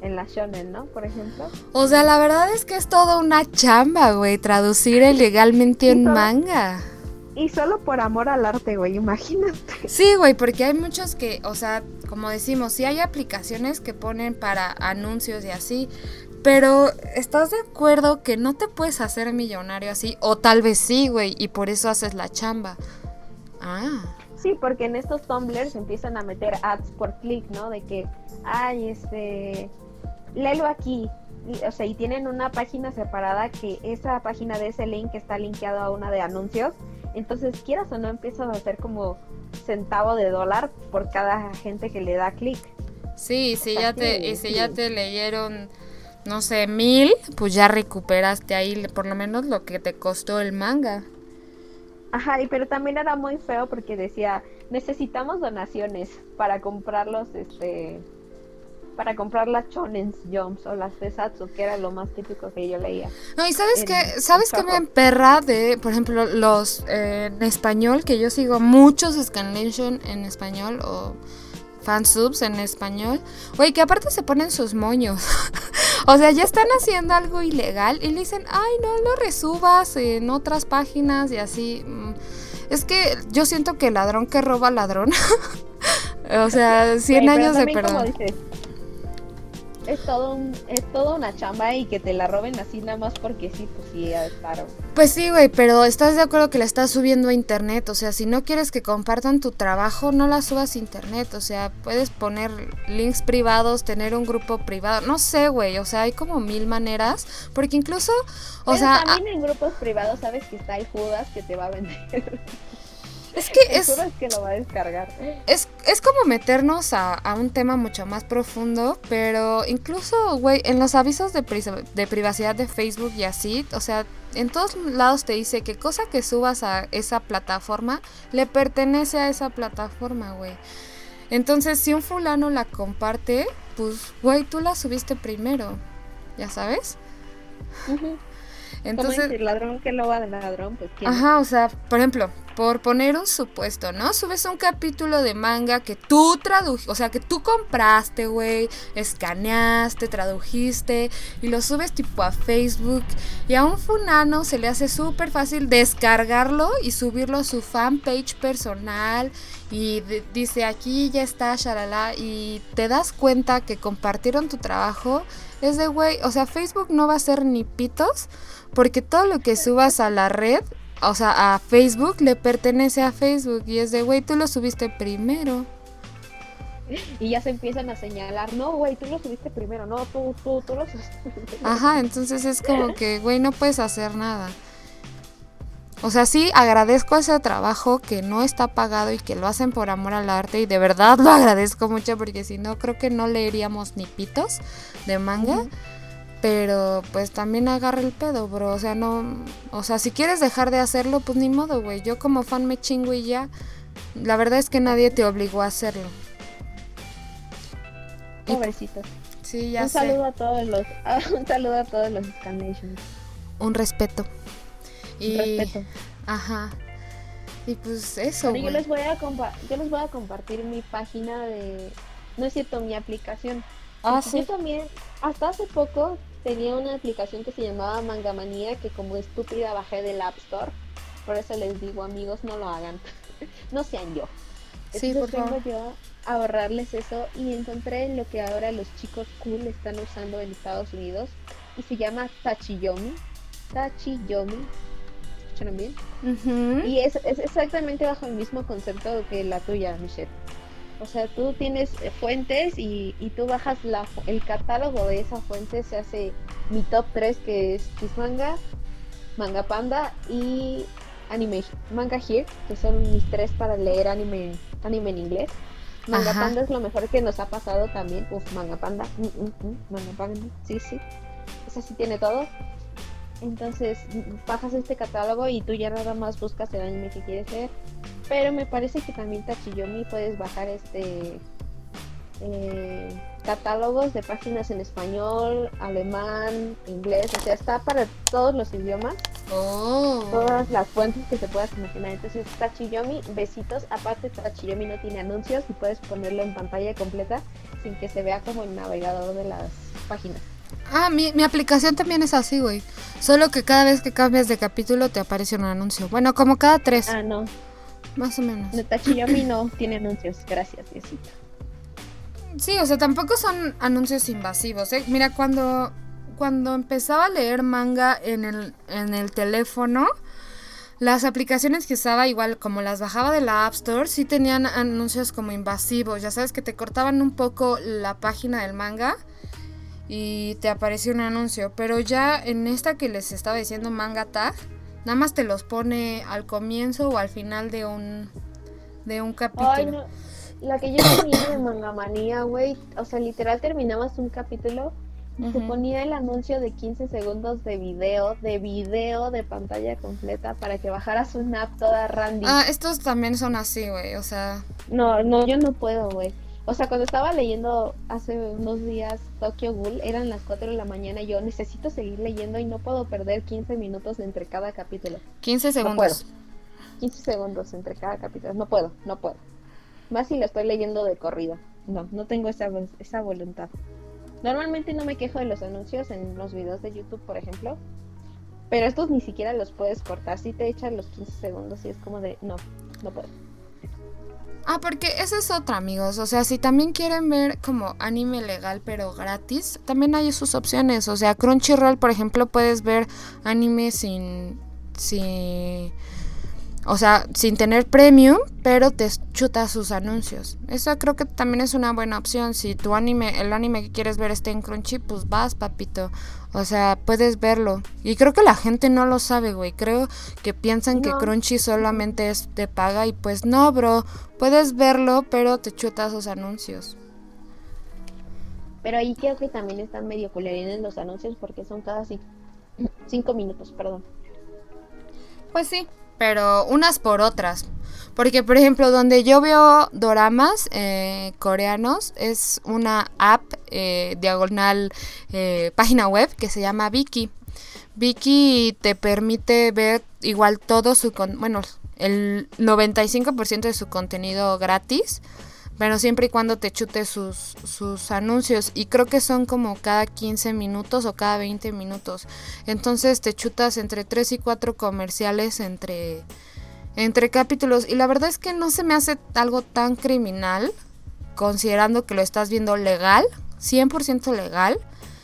en la shonen, ¿no? Por ejemplo. O sea, la verdad es que es toda una chamba, güey, traducir ilegalmente un manga. Y solo por amor al arte, güey, imagínate. Sí, güey, porque hay muchos que, o sea, como decimos, sí hay aplicaciones que ponen para anuncios y así, pero ¿estás de acuerdo que no te puedes hacer millonario así? O tal vez sí, güey, y por eso haces la chamba. Ah. Sí, porque en estos Tumblrs empiezan a meter ads por clic, ¿no? De que, ay, léelo aquí. O sea, y tienen una página separada que esa página de ese link está linkeado a una de anuncios. Entonces, quieras o no, empiezan a hacer como centavo de dólar por cada gente que le da clic. Sí, si ya te leyeron, no sé, 1000, pues ya recuperaste ahí por lo menos lo que te costó el manga. Ajá, pero también era muy feo porque decía, necesitamos donaciones para comprar para comprar las Shonen Jumps o las Fesatsu, que era lo más típico que yo leía. No, y ¿sabes qué me emperra de, por ejemplo, los en español, que yo sigo muchos Scanlation en español o fansubs en español, güey, que aparte se ponen sus moños. O sea, ya están haciendo algo ilegal y le dicen, ay, no lo resubas en otras páginas y así. Es que yo siento que ladrón que roba ladrón. O sea, 100 años de perdón. Como dices, es todo una chamba y que te la roben así nada más porque sí, pues sí, es caro. Pues sí, güey, pero ¿estás de acuerdo que la estás subiendo a internet? O sea, si no quieres que compartan tu trabajo, no la subas a internet. O sea, puedes poner links privados, tener un grupo privado, no sé, güey, o sea, hay como 1000 maneras, porque incluso, o pero sea... también en grupos privados sabes que está el Judas que te va a vender. Es que es que lo va a descargar. Es como meternos a un tema mucho más profundo, pero incluso, güey, en los avisos de privacidad de Facebook y así, o sea, en todos lados te dice que cosa que subas a esa plataforma le pertenece a esa plataforma, güey. Entonces, si un fulano la comparte, pues, güey, tú la subiste primero, ¿ya sabes? Uh-huh. Entonces, como dice, ladrón que lo va de ladrón, pues ¿quién? Ajá, o sea, por ejemplo, por poner un supuesto, ¿no? Subes un capítulo de manga que tú o sea, que tú compraste, güey, escaneaste, tradujiste y lo subes tipo a Facebook y a un fulano se le hace súper fácil descargarlo y subirlo a su fanpage personal y dice aquí ya está, shalala, y te das cuenta que compartieron tu trabajo, es de, güey, o sea, Facebook no va a hacer ni pitos porque todo lo que subas a la red, o sea, a Facebook, le pertenece a Facebook. Y es de, güey, tú lo subiste primero. Y ya se empiezan a señalar, no, güey, tú lo subiste primero, no, tú lo subiste primero. Ajá, entonces es como que, güey, no puedes hacer nada. O sea, sí, agradezco ese trabajo que no está pagado y que lo hacen por amor al arte. Y de verdad lo agradezco mucho porque si no, creo que no leeríamos ni pitos de manga. Uh-huh. Pero pues también agarra el pedo, bro. O sea, no. O sea, si quieres dejar de hacerlo, pues ni modo, güey. Yo como fan me chingo y ya. La verdad es que nadie te obligó a hacerlo. Pobrecitos. Sí, ya un sé. Saludo a todos un saludo a todos los Scanlations. Un respeto. Un respeto. Ajá. Y pues eso, güey. Yo les voy a compartir mi página de. No es cierto, mi aplicación. Sí. Yo también, hasta hace poco, tenía una aplicación que se llamaba Mangamanía, que como estúpida bajé del App Store. Por eso les digo, amigos, no lo hagan. No sean yo. Sí, Entonces por favor. vengo yo a ahorrarles eso y encontré lo que ahora los chicos cool están usando en Estados Unidos y se llama Tachiyomi. ¿Escucharon bien? Uh-huh. Y es exactamente bajo el mismo concepto que la tuya, Michelle. O sea, tú tienes fuentes y tú bajas el catálogo de esa fuente. Se hace mi top 3, que es Kismanga, Manga Panda y Manga Here, que son mis 3 para leer anime en inglés. Manga Panda es lo mejor que nos ha pasado también. Manga Panda. Manga Panda. Sí. Esa sí tiene todo. Entonces bajas este catálogo y tú ya nada más buscas el anime que quieres ver. Pero me parece que también Tachiyomi puedes bajar catálogos de páginas en español, alemán, inglés, o sea, está para todos los idiomas. Todas las fuentes que te puedas imaginar. Entonces Tachiyomi, besitos. Aparte Tachiyomi no tiene anuncios y puedes ponerlo en pantalla completa sin que se vea como el navegador de las páginas. Mi aplicación también es así, güey. Solo que cada vez que cambias de capítulo te aparece un anuncio. Bueno, como cada 3. No. Más o menos. Neta, Chiyomi no tiene anuncios. Gracias, Diosito. Sí, o sea, tampoco son anuncios invasivos, ¿eh? Mira, cuando empezaba a leer manga en el teléfono, las aplicaciones que usaba, igual como las bajaba de la App Store, sí tenían anuncios como invasivos. Ya sabes que te cortaban un poco la página del manga y te aparecía un anuncio. Pero ya en esta que les estaba diciendo, Manga Tag, nada más te los pone al comienzo o al final de un capítulo. Ay, no. La que yo tenía de Mangamanía, güey, o sea, literal terminabas un capítulo y se ponía el anuncio de 15 segundos de video de pantalla completa para que bajaras una app toda randy. Estos también son así, güey, o sea... No, yo no puedo, güey. O sea, cuando estaba leyendo hace unos días Tokyo Ghoul, eran las 4 de la mañana y yo necesito seguir leyendo y no puedo perder 15 minutos entre cada capítulo. 15 segundos. No puedo. 15 segundos entre cada capítulo. No puedo. Más si lo estoy leyendo de corrido. No tengo esa voluntad. Normalmente no me quejo de los anuncios en los videos de YouTube, por ejemplo. Pero estos ni siquiera los puedes cortar. Si te echan los 15 segundos y es como de... No puedo. Porque esa es otra, amigos. O sea, si también quieren ver como anime legal pero gratis, también hay sus opciones. O sea, Crunchyroll, por ejemplo, puedes ver anime sin tener premium, pero te chuta sus anuncios. Eso creo que también es una buena opción. Si el anime que quieres ver está en Crunchy, pues vas, papito. O sea, puedes verlo. Y creo que la gente no lo sabe, güey. Creo que piensan que Crunchy solamente es de paga y pues no, bro. Puedes verlo, pero te chuta sus anuncios. Pero ahí creo que también están medio culerines los anuncios porque son cada 5 minutos, perdón. Pues sí, pero unas por otras. Porque, por ejemplo, donde yo veo doramas coreanos es una app diagonal página web que se llama Viki. Viki te permite ver igual todo el 95% de su contenido gratis, pero siempre y cuando te chute sus anuncios. Y creo que son como cada 15 minutos o cada 20 minutos. Entonces te chutas entre 3 y 4 comerciales entre capítulos. Y la verdad es que no se me hace algo tan criminal, considerando que lo estás viendo legal, 100% legal.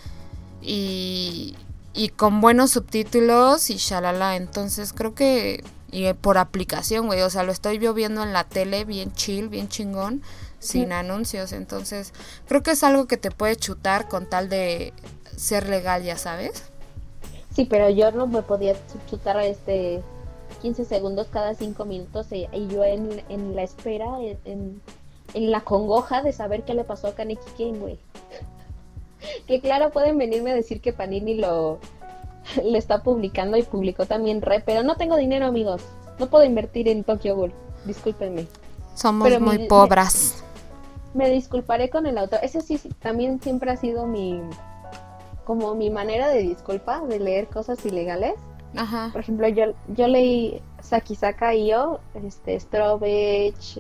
Y con buenos subtítulos y shalala. Entonces creo que... Y por aplicación, güey. O sea, lo estoy viendo en la tele bien chill, bien chingón, sin anuncios. Entonces creo que es algo que te puede chutar con tal de ser legal, ya sabes. Sí, pero yo no me podía chutar 15 segundos cada 5 minutos y yo en la espera, en la congoja de saber qué le pasó a Kaneki Ken, güey. Que claro, pueden venirme a decir que Panini lo está publicando y publicó también pero no tengo dinero, amigos. No puedo invertir en Tokyo Ghoul. Discúlpenme. Somos muy pobres. Me disculparé con el autor. Ese sí también siempre ha sido mi manera de disculpa, de leer cosas ilegales. Ajá. Por ejemplo, yo leí Sakisaka Io, Strawberry,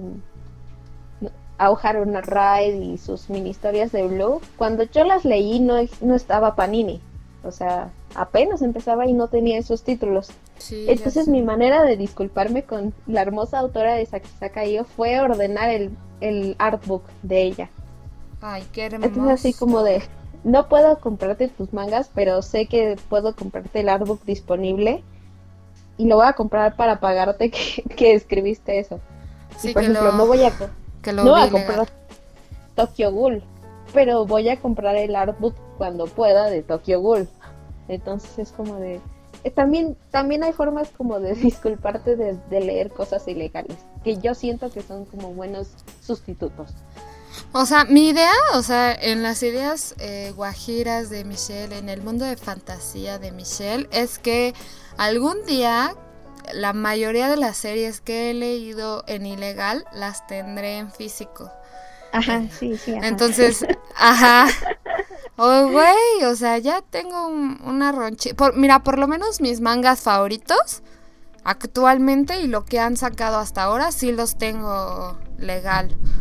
Auharu no Ride y sus mini historias de Blue. Cuando yo las leí no estaba Panini. O sea, apenas empezaba y no tenía esos títulos. Sí, entonces mi manera de disculparme con la hermosa autora de Sakisaka Io fue ordenar el artbook de ella. Ay, qué hermoso. Entonces así como de, no puedo comprarte tus mangas, pero sé que puedo comprarte el artbook disponible y lo voy a comprar para pagarte que escribiste eso. Sí, y por ejemplo, no voy a comprar Tokyo Ghoul, pero voy a comprar el artbook cuando pueda de Tokyo Ghoul. Entonces es como de... También hay formas como de disculparte de leer cosas ilegales, que yo siento que son como buenos sustitutos. O sea, mi idea, en las ideas guajiras de Michelle, en el mundo de fantasía de Michelle, es que algún día la mayoría de las series que he leído en ilegal las tendré en físico. Ajá, sí. Ajá. Entonces, ajá. Güey, o sea, ya tengo una ronchita. Mira, por lo menos mis mangas favoritos actualmente y lo que han sacado hasta ahora sí los tengo legal.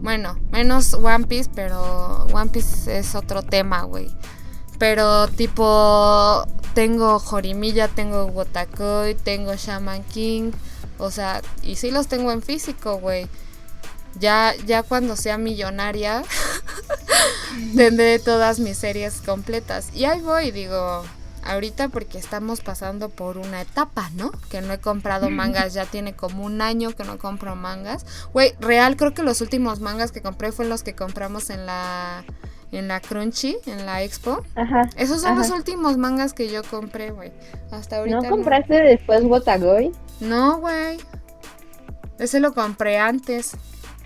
Bueno, menos One Piece, pero One Piece es otro tema, güey. Pero tipo, tengo Jorimilla, tengo Wotakoi, tengo Shaman King, o sea, y sí los tengo en físico, güey. Ya cuando sea millonaria tendré todas mis series completas. Y ahí voy, digo, ahorita porque estamos pasando por una etapa, ¿no? Que no he comprado mangas, ya tiene como un año que no compro mangas. Güey, real, creo que los últimos mangas que compré fueron los que compramos en la Crunchy, en la Expo. Ajá. Esos son los últimos mangas que yo compré, güey. Hasta ahorita ¿No compraste después Wotakoi? No, güey. Ese lo compré antes.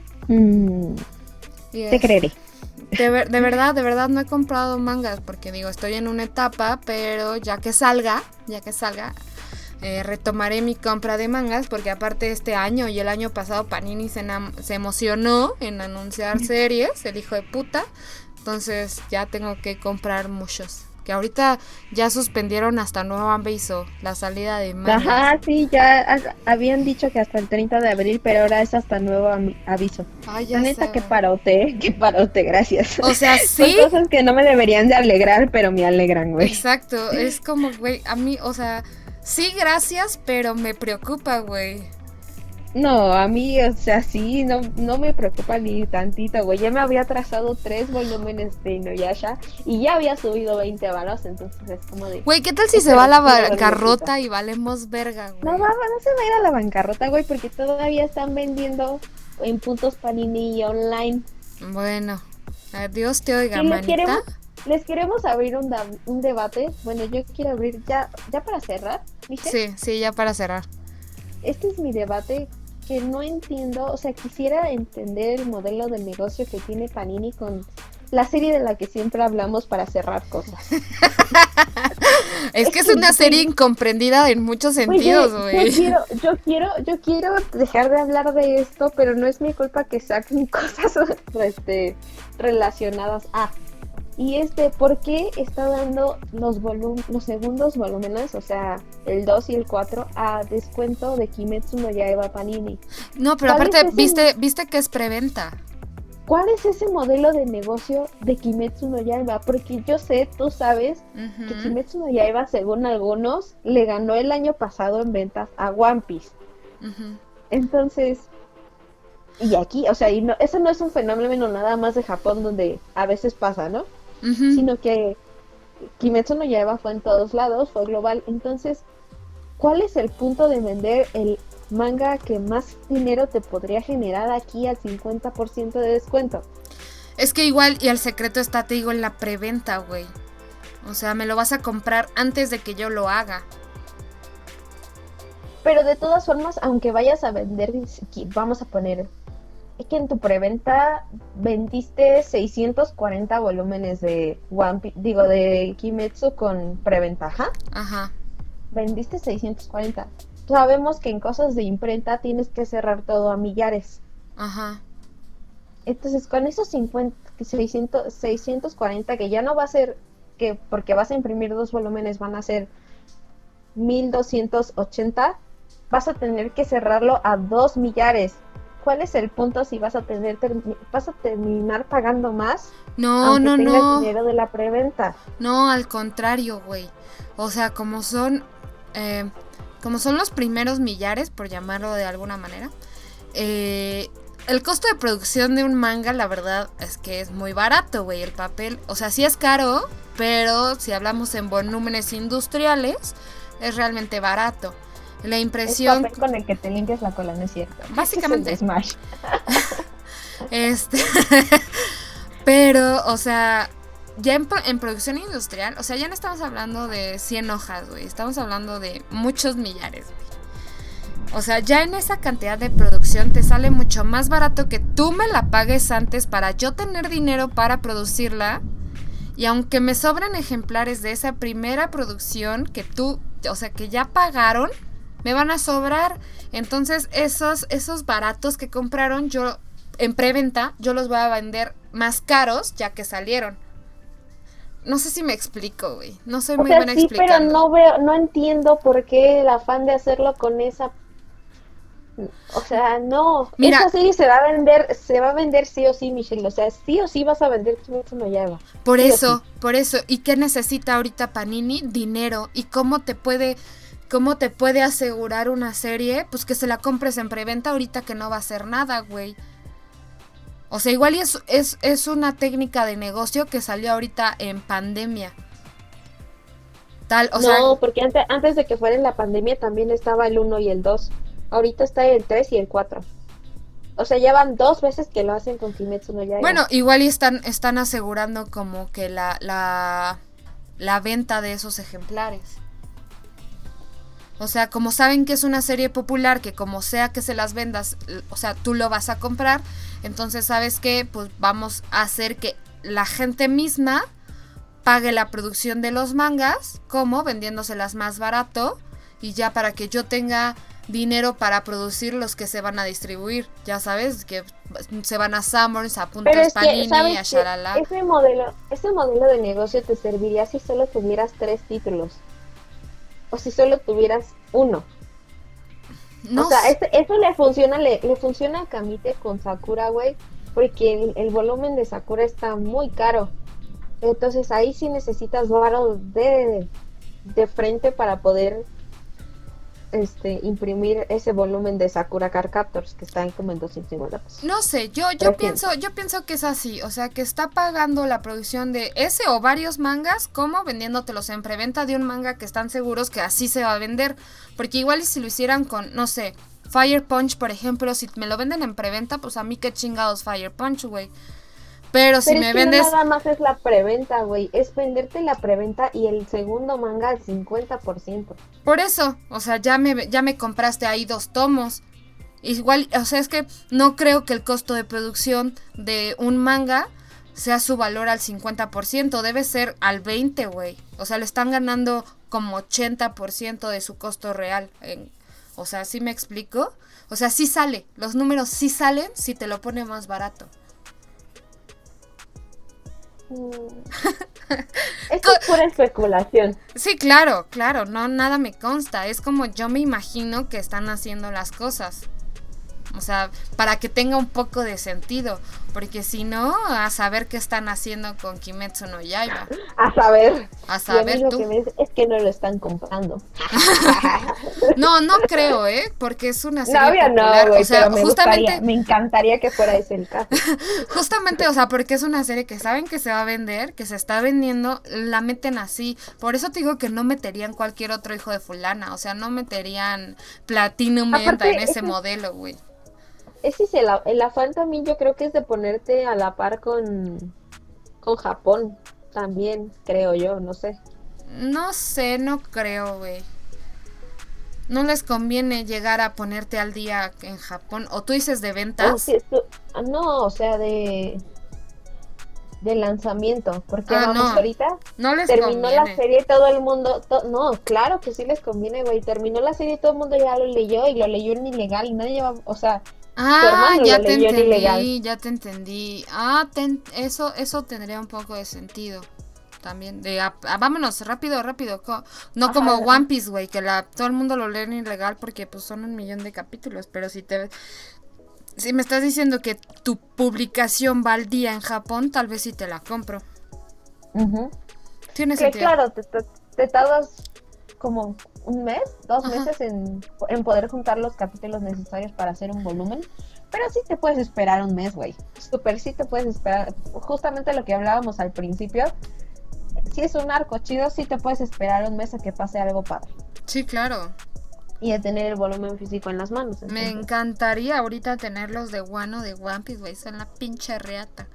Te creeré. De verdad no he comprado mangas porque digo, estoy en una etapa, pero ya que salga, retomaré mi compra de mangas porque aparte este año y el año pasado Panini se emocionó en anunciar series, el hijo de puta, entonces ya tengo que comprar muchos. Que ahorita ya suspendieron hasta nuevo aviso la salida de mangas. Ajá, sí, ya habían dicho que hasta el 30 de abril, pero ahora es hasta nuevo aviso. Ay, ya La neta, sé. qué parote, gracias. O sea, sí. Son cosas que no me deberían de alegrar, pero me alegran, güey. Exacto, es como, güey, a mí, o sea, sí, gracias, pero me preocupa, güey. No, a mí, o sea, sí, no me preocupa ni tantito, güey. Ya me había trazado 3 volúmenes de Inuyasha y ya había subido 20 varos, entonces es como de... Güey, ¿qué tal si se va a la bancarrota y valemos verga, güey? No se va a ir a la bancarrota, güey, porque todavía están vendiendo en puntos Panini y online. Bueno, adiós te oiga, Y manita. les queremos abrir un debate. Bueno, yo quiero abrir ya para cerrar, ¿viste? Sí, ya para cerrar. Este es mi debate que no entiendo, o sea, quisiera entender el modelo de negocio que tiene Panini con la serie de la que siempre hablamos para cerrar cosas. Es que es una serie incomprendida en muchos sentidos, güey. Yo quiero dejar de hablar de esto, pero no es mi culpa que saquen cosas relacionadas a... Y ¿por qué está dando los segundos volúmenes, o sea, el 2 y el 4, a descuento de Kimetsu no Yaiba Panini? No, pero aparte, viste que es preventa. ¿Cuál es ese modelo de negocio de Kimetsu no Yaiba? Porque yo sé, tú sabes, que Kimetsu no Yaiba, según algunos, le ganó el año pasado en ventas a One Piece. Entonces, y aquí, o sea, eso no es un fenómeno nada más de Japón donde a veces pasa, ¿no? Sino que Kimetsu no Yaiba fue en todos lados, fue global. Entonces, ¿cuál es el punto de vender el manga que más dinero te podría generar aquí al 50% de descuento? Es que igual, y el secreto está, te digo, en la preventa, güey. O sea, me lo vas a comprar antes de que yo lo haga. Pero de todas formas, aunque vayas a vender, vamos a poner... Es que en tu preventa vendiste 640 volúmenes de de Kimetsu con preventaja. Ajá. Vendiste 640. Sabemos que en cosas de imprenta tienes que cerrar todo a millares. Ajá. Entonces, con esos 640, que ya no va a ser que porque vas a imprimir 2 volúmenes van a ser 1280, vas a tener que cerrarlo a 2 millares. ¿Cuál es el punto si vas a terminar pagando más? No. Tengas dinero de la preventa. No, al contrario, güey. O sea, como son los primeros millares, por llamarlo de alguna manera, el costo de producción de un manga, la verdad, es que es muy barato, güey. El papel, o sea, sí es caro, pero si hablamos en volúmenes industriales, es realmente barato. La impresión... Es papel con el que te limpias la cola, no es cierto. Básicamente. Es Smash. Pero, o sea, ya en producción industrial, o sea, ya no estamos hablando de 100 hojas, güey. Estamos hablando de muchos millares, güey. O sea, ya en esa cantidad de producción te sale mucho más barato que tú me la pagues antes para yo tener dinero para producirla. Y aunque me sobren ejemplares de esa primera producción que que ya pagaron, me van a sobrar. Entonces esos baratos que compraron yo en preventa, yo los voy a vender más caros ya que salieron. No sé si me explico, güey. No soy muy buena explicando. Pero no entiendo por qué el afán de hacerlo con esa O sea, no. Mira, esa serie se va a vender sí o sí, Michelle. O sea, sí o sí vas a vender Kimetsu no Yaiba. por Sí o sí. eso, por eso. ¿Y qué necesita ahorita Panini? Dinero. ¿Y cómo te puede asegurar una serie? Pues que se la compres en preventa ahorita que no va a hacer nada, güey. O sea, igual es una técnica de negocio que salió ahorita en pandemia. Tal, o sea, No, porque antes de que fuera en la pandemia también estaba el uno y el 2. Ahorita está el 3 y el 4. O sea, ya van 2 veces que lo hacen con Kimetsu no Yaiba. bueno, igual y están asegurando como que la venta de esos ejemplares. O sea, como saben que es una serie popular, que como sea que se las vendas, o sea, tú lo vas a comprar, entonces, ¿sabes qué? Pues vamos a hacer que la gente misma pague la producción de los mangas, como vendiéndoselas más barato, y ya para que yo tenga dinero para producir los que se van a distribuir. Ya sabes, que se van a Summers, a Pero Puntos es que, Panini, ¿sabes a qué? Shalala. Ese modelo de negocio te serviría si solo tuvieras 3 títulos. O si solo tuvieras uno. O No sea, sé. eso le funciona a Kamite con Sakura, güey. Porque el volumen de Sakura está muy caro. Entonces ahí sí necesitas varo de frente para poder imprimir ese volumen de Sakura Card Captors que están como en 250 pesos. No sé, yo 300. pienso que es así, o sea, que está pagando la producción de ese o varios mangas, como vendiéndotelos en preventa de un manga que están seguros que así se va a vender, porque igual si lo hicieran con, no sé, Fire Punch, por ejemplo, si me lo venden en preventa, pues a mí qué chingados Fire Punch, güey. Pero si Pero es me que no vendes, nada más es la preventa, güey. Es venderte la preventa y el segundo manga al 50%. por eso, o sea, ya me compraste ahí 2 tomos. Igual, o sea, es que no creo que el costo de producción de un manga sea su valor al 50%, debe ser al 20%, güey. O sea, le están ganando como 80% de su costo real. O sea, ¿sí me explico? O sea, sí sale, los números sí salen si te lo pone más barato. Esto es pura especulación. Sí, claro, claro, no, nada me consta. Es como yo me imagino que están haciendo las cosas. O sea, para que tenga un poco de sentido. Porque si no, a saber qué están haciendo con Kimetsu no Yaiba. A saber. A Y a saber mí lo tú. que me dice es que no lo están comprando. No, no creo, porque es una No, serie obvio no, popular. güey, O sea, pero justamente, me encantaría que fuera ese el caso. justamente, o sea, porque es una serie que saben que se va a vender, que se está vendiendo, la meten así. Por eso te digo que no meterían cualquier otro hijo de fulana. O sea, no meterían Platinum Enda en Aparte, ese modelo, güey. ese es el afán también, yo creo que es de ponerte a la par con Japón. También, creo yo, no sé. No sé, no creo, güey. No les conviene llegar a ponerte al día en Japón. O tú dices de O ventas. si no, o sea, de lanzamiento, porque Ah, vamos, no. ahorita No les terminó la conviene. serie, todo el mundo, no, claro que sí les conviene, güey, terminó la serie, todo el mundo ya lo leyó y lo leyó en ilegal y nadie va, o sea, tu Ah, hermano lo ya te leyó en ilegal. entendí, ya te entendí. Ah, eso tendría un poco de sentido. También, vámonos, rápido, rápido. No como Ajá, One Piece, güey, que todo el mundo lo lee en ilegal porque pues son 1 millón de capítulos. Pero si me estás diciendo que tu publicación va al día en Japón, tal vez sí te la compro. ujú. Tiene Que sentido. claro, te tardas como un mes, dos Ajá. meses en poder juntar los capítulos necesarios para hacer un volumen, pero sí te puedes esperar un mes, güey. Súper sí te puedes esperar. Justamente lo que hablábamos al principio, si es un arco chido, sí te puedes esperar un mes a que pase algo padre. Sí, claro. Y de tener el volumen físico en las manos. Me Entonces, encantaría ahorita tenerlos de Wano, de One Piece, güey. Son la pinche reata.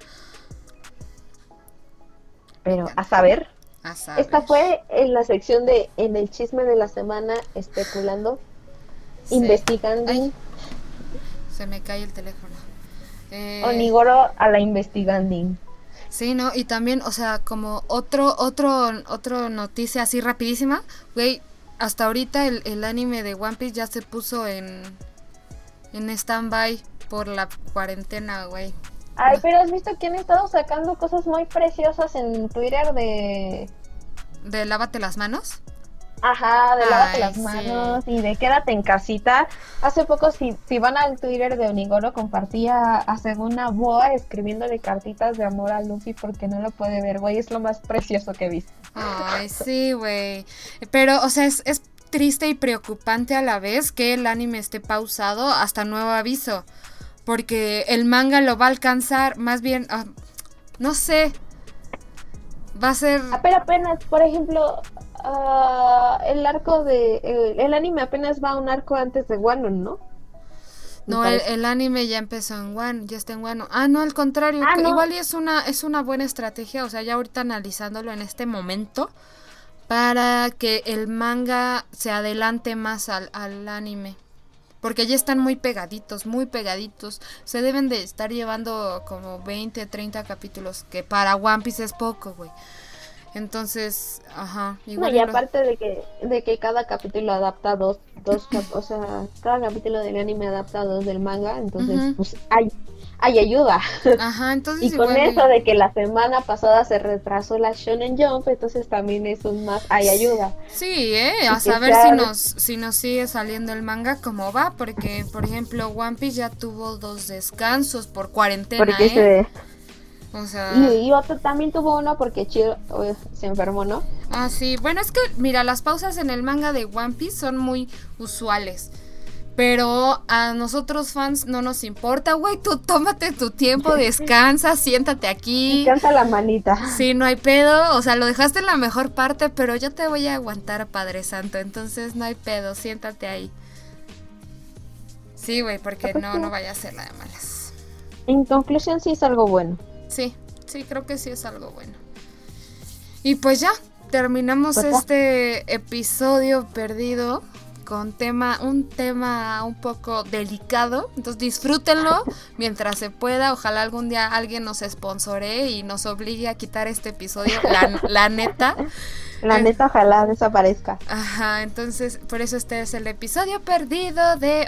pero a saber. A saber. Esta fue en la sección en el chisme de la semana, especulando, Sí. investigando. Ay, se me cae el teléfono. Onigoro a la investigando. Sí, ¿no? Y también, o sea, como otro noticia así rapidísima, güey, hasta ahorita el anime de One Piece ya se puso en stand-by por la cuarentena, güey. Ay, pero has visto que han estado sacando cosas muy preciosas en Twitter de... ¿De lávate las manos? Ajá, de lávate las Ay, manos sí. y de quédate en casita. Hace poco, si van al Twitter de Onigoro, compartía a Segunda Boa escribiéndole cartitas de amor a Luffy porque no lo puede ver, güey. Es lo más precioso que he visto. Ay, sí, güey. Pero, o sea, es triste y preocupante a la vez que el anime esté pausado hasta nuevo aviso. Porque el manga lo va a alcanzar, más bien, no sé, va a ser... Pero apenas, por ejemplo, el arco de... El anime apenas va a un arco antes de Wano, ¿no? Me No, parece. el anime ya empezó en Wano, ya está en Wano. Ah, no, al contrario, Ah, no. igual y es una buena estrategia, o sea, ya ahorita analizándolo en este momento, para que el manga se adelante más al anime. Porque ya están muy pegaditos, muy pegaditos. Se deben de estar llevando como 20, 30 capítulos, que para One Piece es poco, güey. Entonces, ajá, No, igual y y lo... aparte de que cada capítulo adapta o sea, cada capítulo del anime adapta dos del manga, entonces, Ujú. pues hay ayuda. Ajá, entonces Y con igual eso y... de que la semana pasada se retrasó la Shonen Jump, entonces también es un más, hay ayuda. Sí, Y a que saber si sea, nos sigue saliendo el manga como va, porque por ejemplo One Piece ya tuvo 2 descansos por cuarentena, porque O y, sea, y otro también tuvo uno porque Chiro se enfermó, ¿no? sí, bueno, es que mira, las pausas en el manga de One Piece son muy usuales. Pero a nosotros fans no nos importa, güey, tú tómate tu tiempo, descansa, siéntate aquí. Descansa la manita. Sí, no hay pedo, o sea, lo dejaste en la mejor parte, pero yo te voy a aguantar, Padre Santo, entonces no hay pedo, siéntate ahí. Sí, güey, porque Pues sí, no vaya a ser la de malas. en conclusión sí es algo bueno. Sí, sí, creo que sí es algo bueno. Y pues ya, terminamos Pues ya, este episodio perdido con un tema un poco delicado. Entonces disfrútenlo mientras se pueda. Ojalá algún día alguien nos sponsoree y nos obligue a quitar este episodio, la neta. la neta ojalá desaparezca. Ajá, entonces por eso este es el episodio perdido de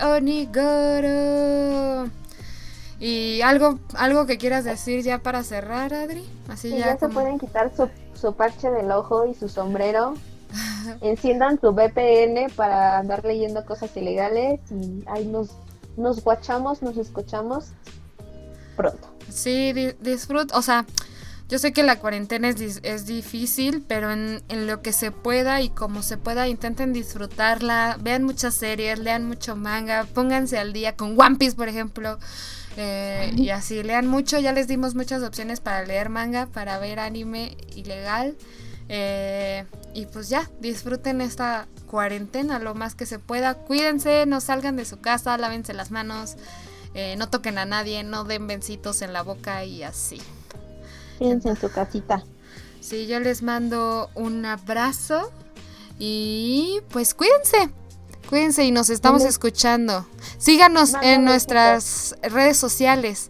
Onigoro. ¿Y algo que quieras decir ya para cerrar, Adri? Así Y ya ya se como... pueden quitar su parche del ojo y su sombrero. Enciendan su VPN para andar leyendo cosas ilegales y ahí nos guachamos, nos escuchamos pronto. Sí, disfruta, o sea, yo sé que la cuarentena es difícil, pero en lo que se pueda y como se pueda, intenten disfrutarla, vean muchas series, lean mucho manga, pónganse al día con One Piece, por ejemplo, y así, lean mucho, ya les dimos muchas opciones para leer manga, para ver anime ilegal, y pues ya, disfruten esta cuarentena lo más que se pueda, cuídense, no salgan de su casa, lávense las manos, no toquen a nadie, no den bencitos en la boca y así. Quédense en su casita. Sí, yo les mando un abrazo y pues cuídense y nos estamos Manden, escuchando. Síganos en manden besitos. nuestras redes sociales,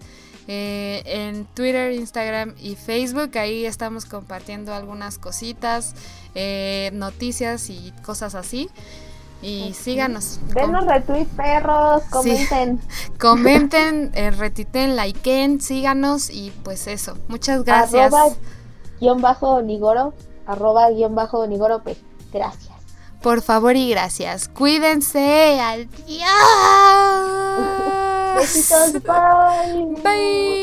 en Twitter, Instagram y Facebook. Ahí estamos compartiendo algunas cositas, noticias y cosas así. Y síganos. Denos retweet, perros, Sí. comenten. Comenten, retuiteen, likeen, síganos y pues eso. Muchas gracias. Arroba guión bajo Onigoro, arroba guión bajo Onigoro, pues, gracias. Por favor y gracias. Cuídense. Adiós. Besitos, bye. Bye.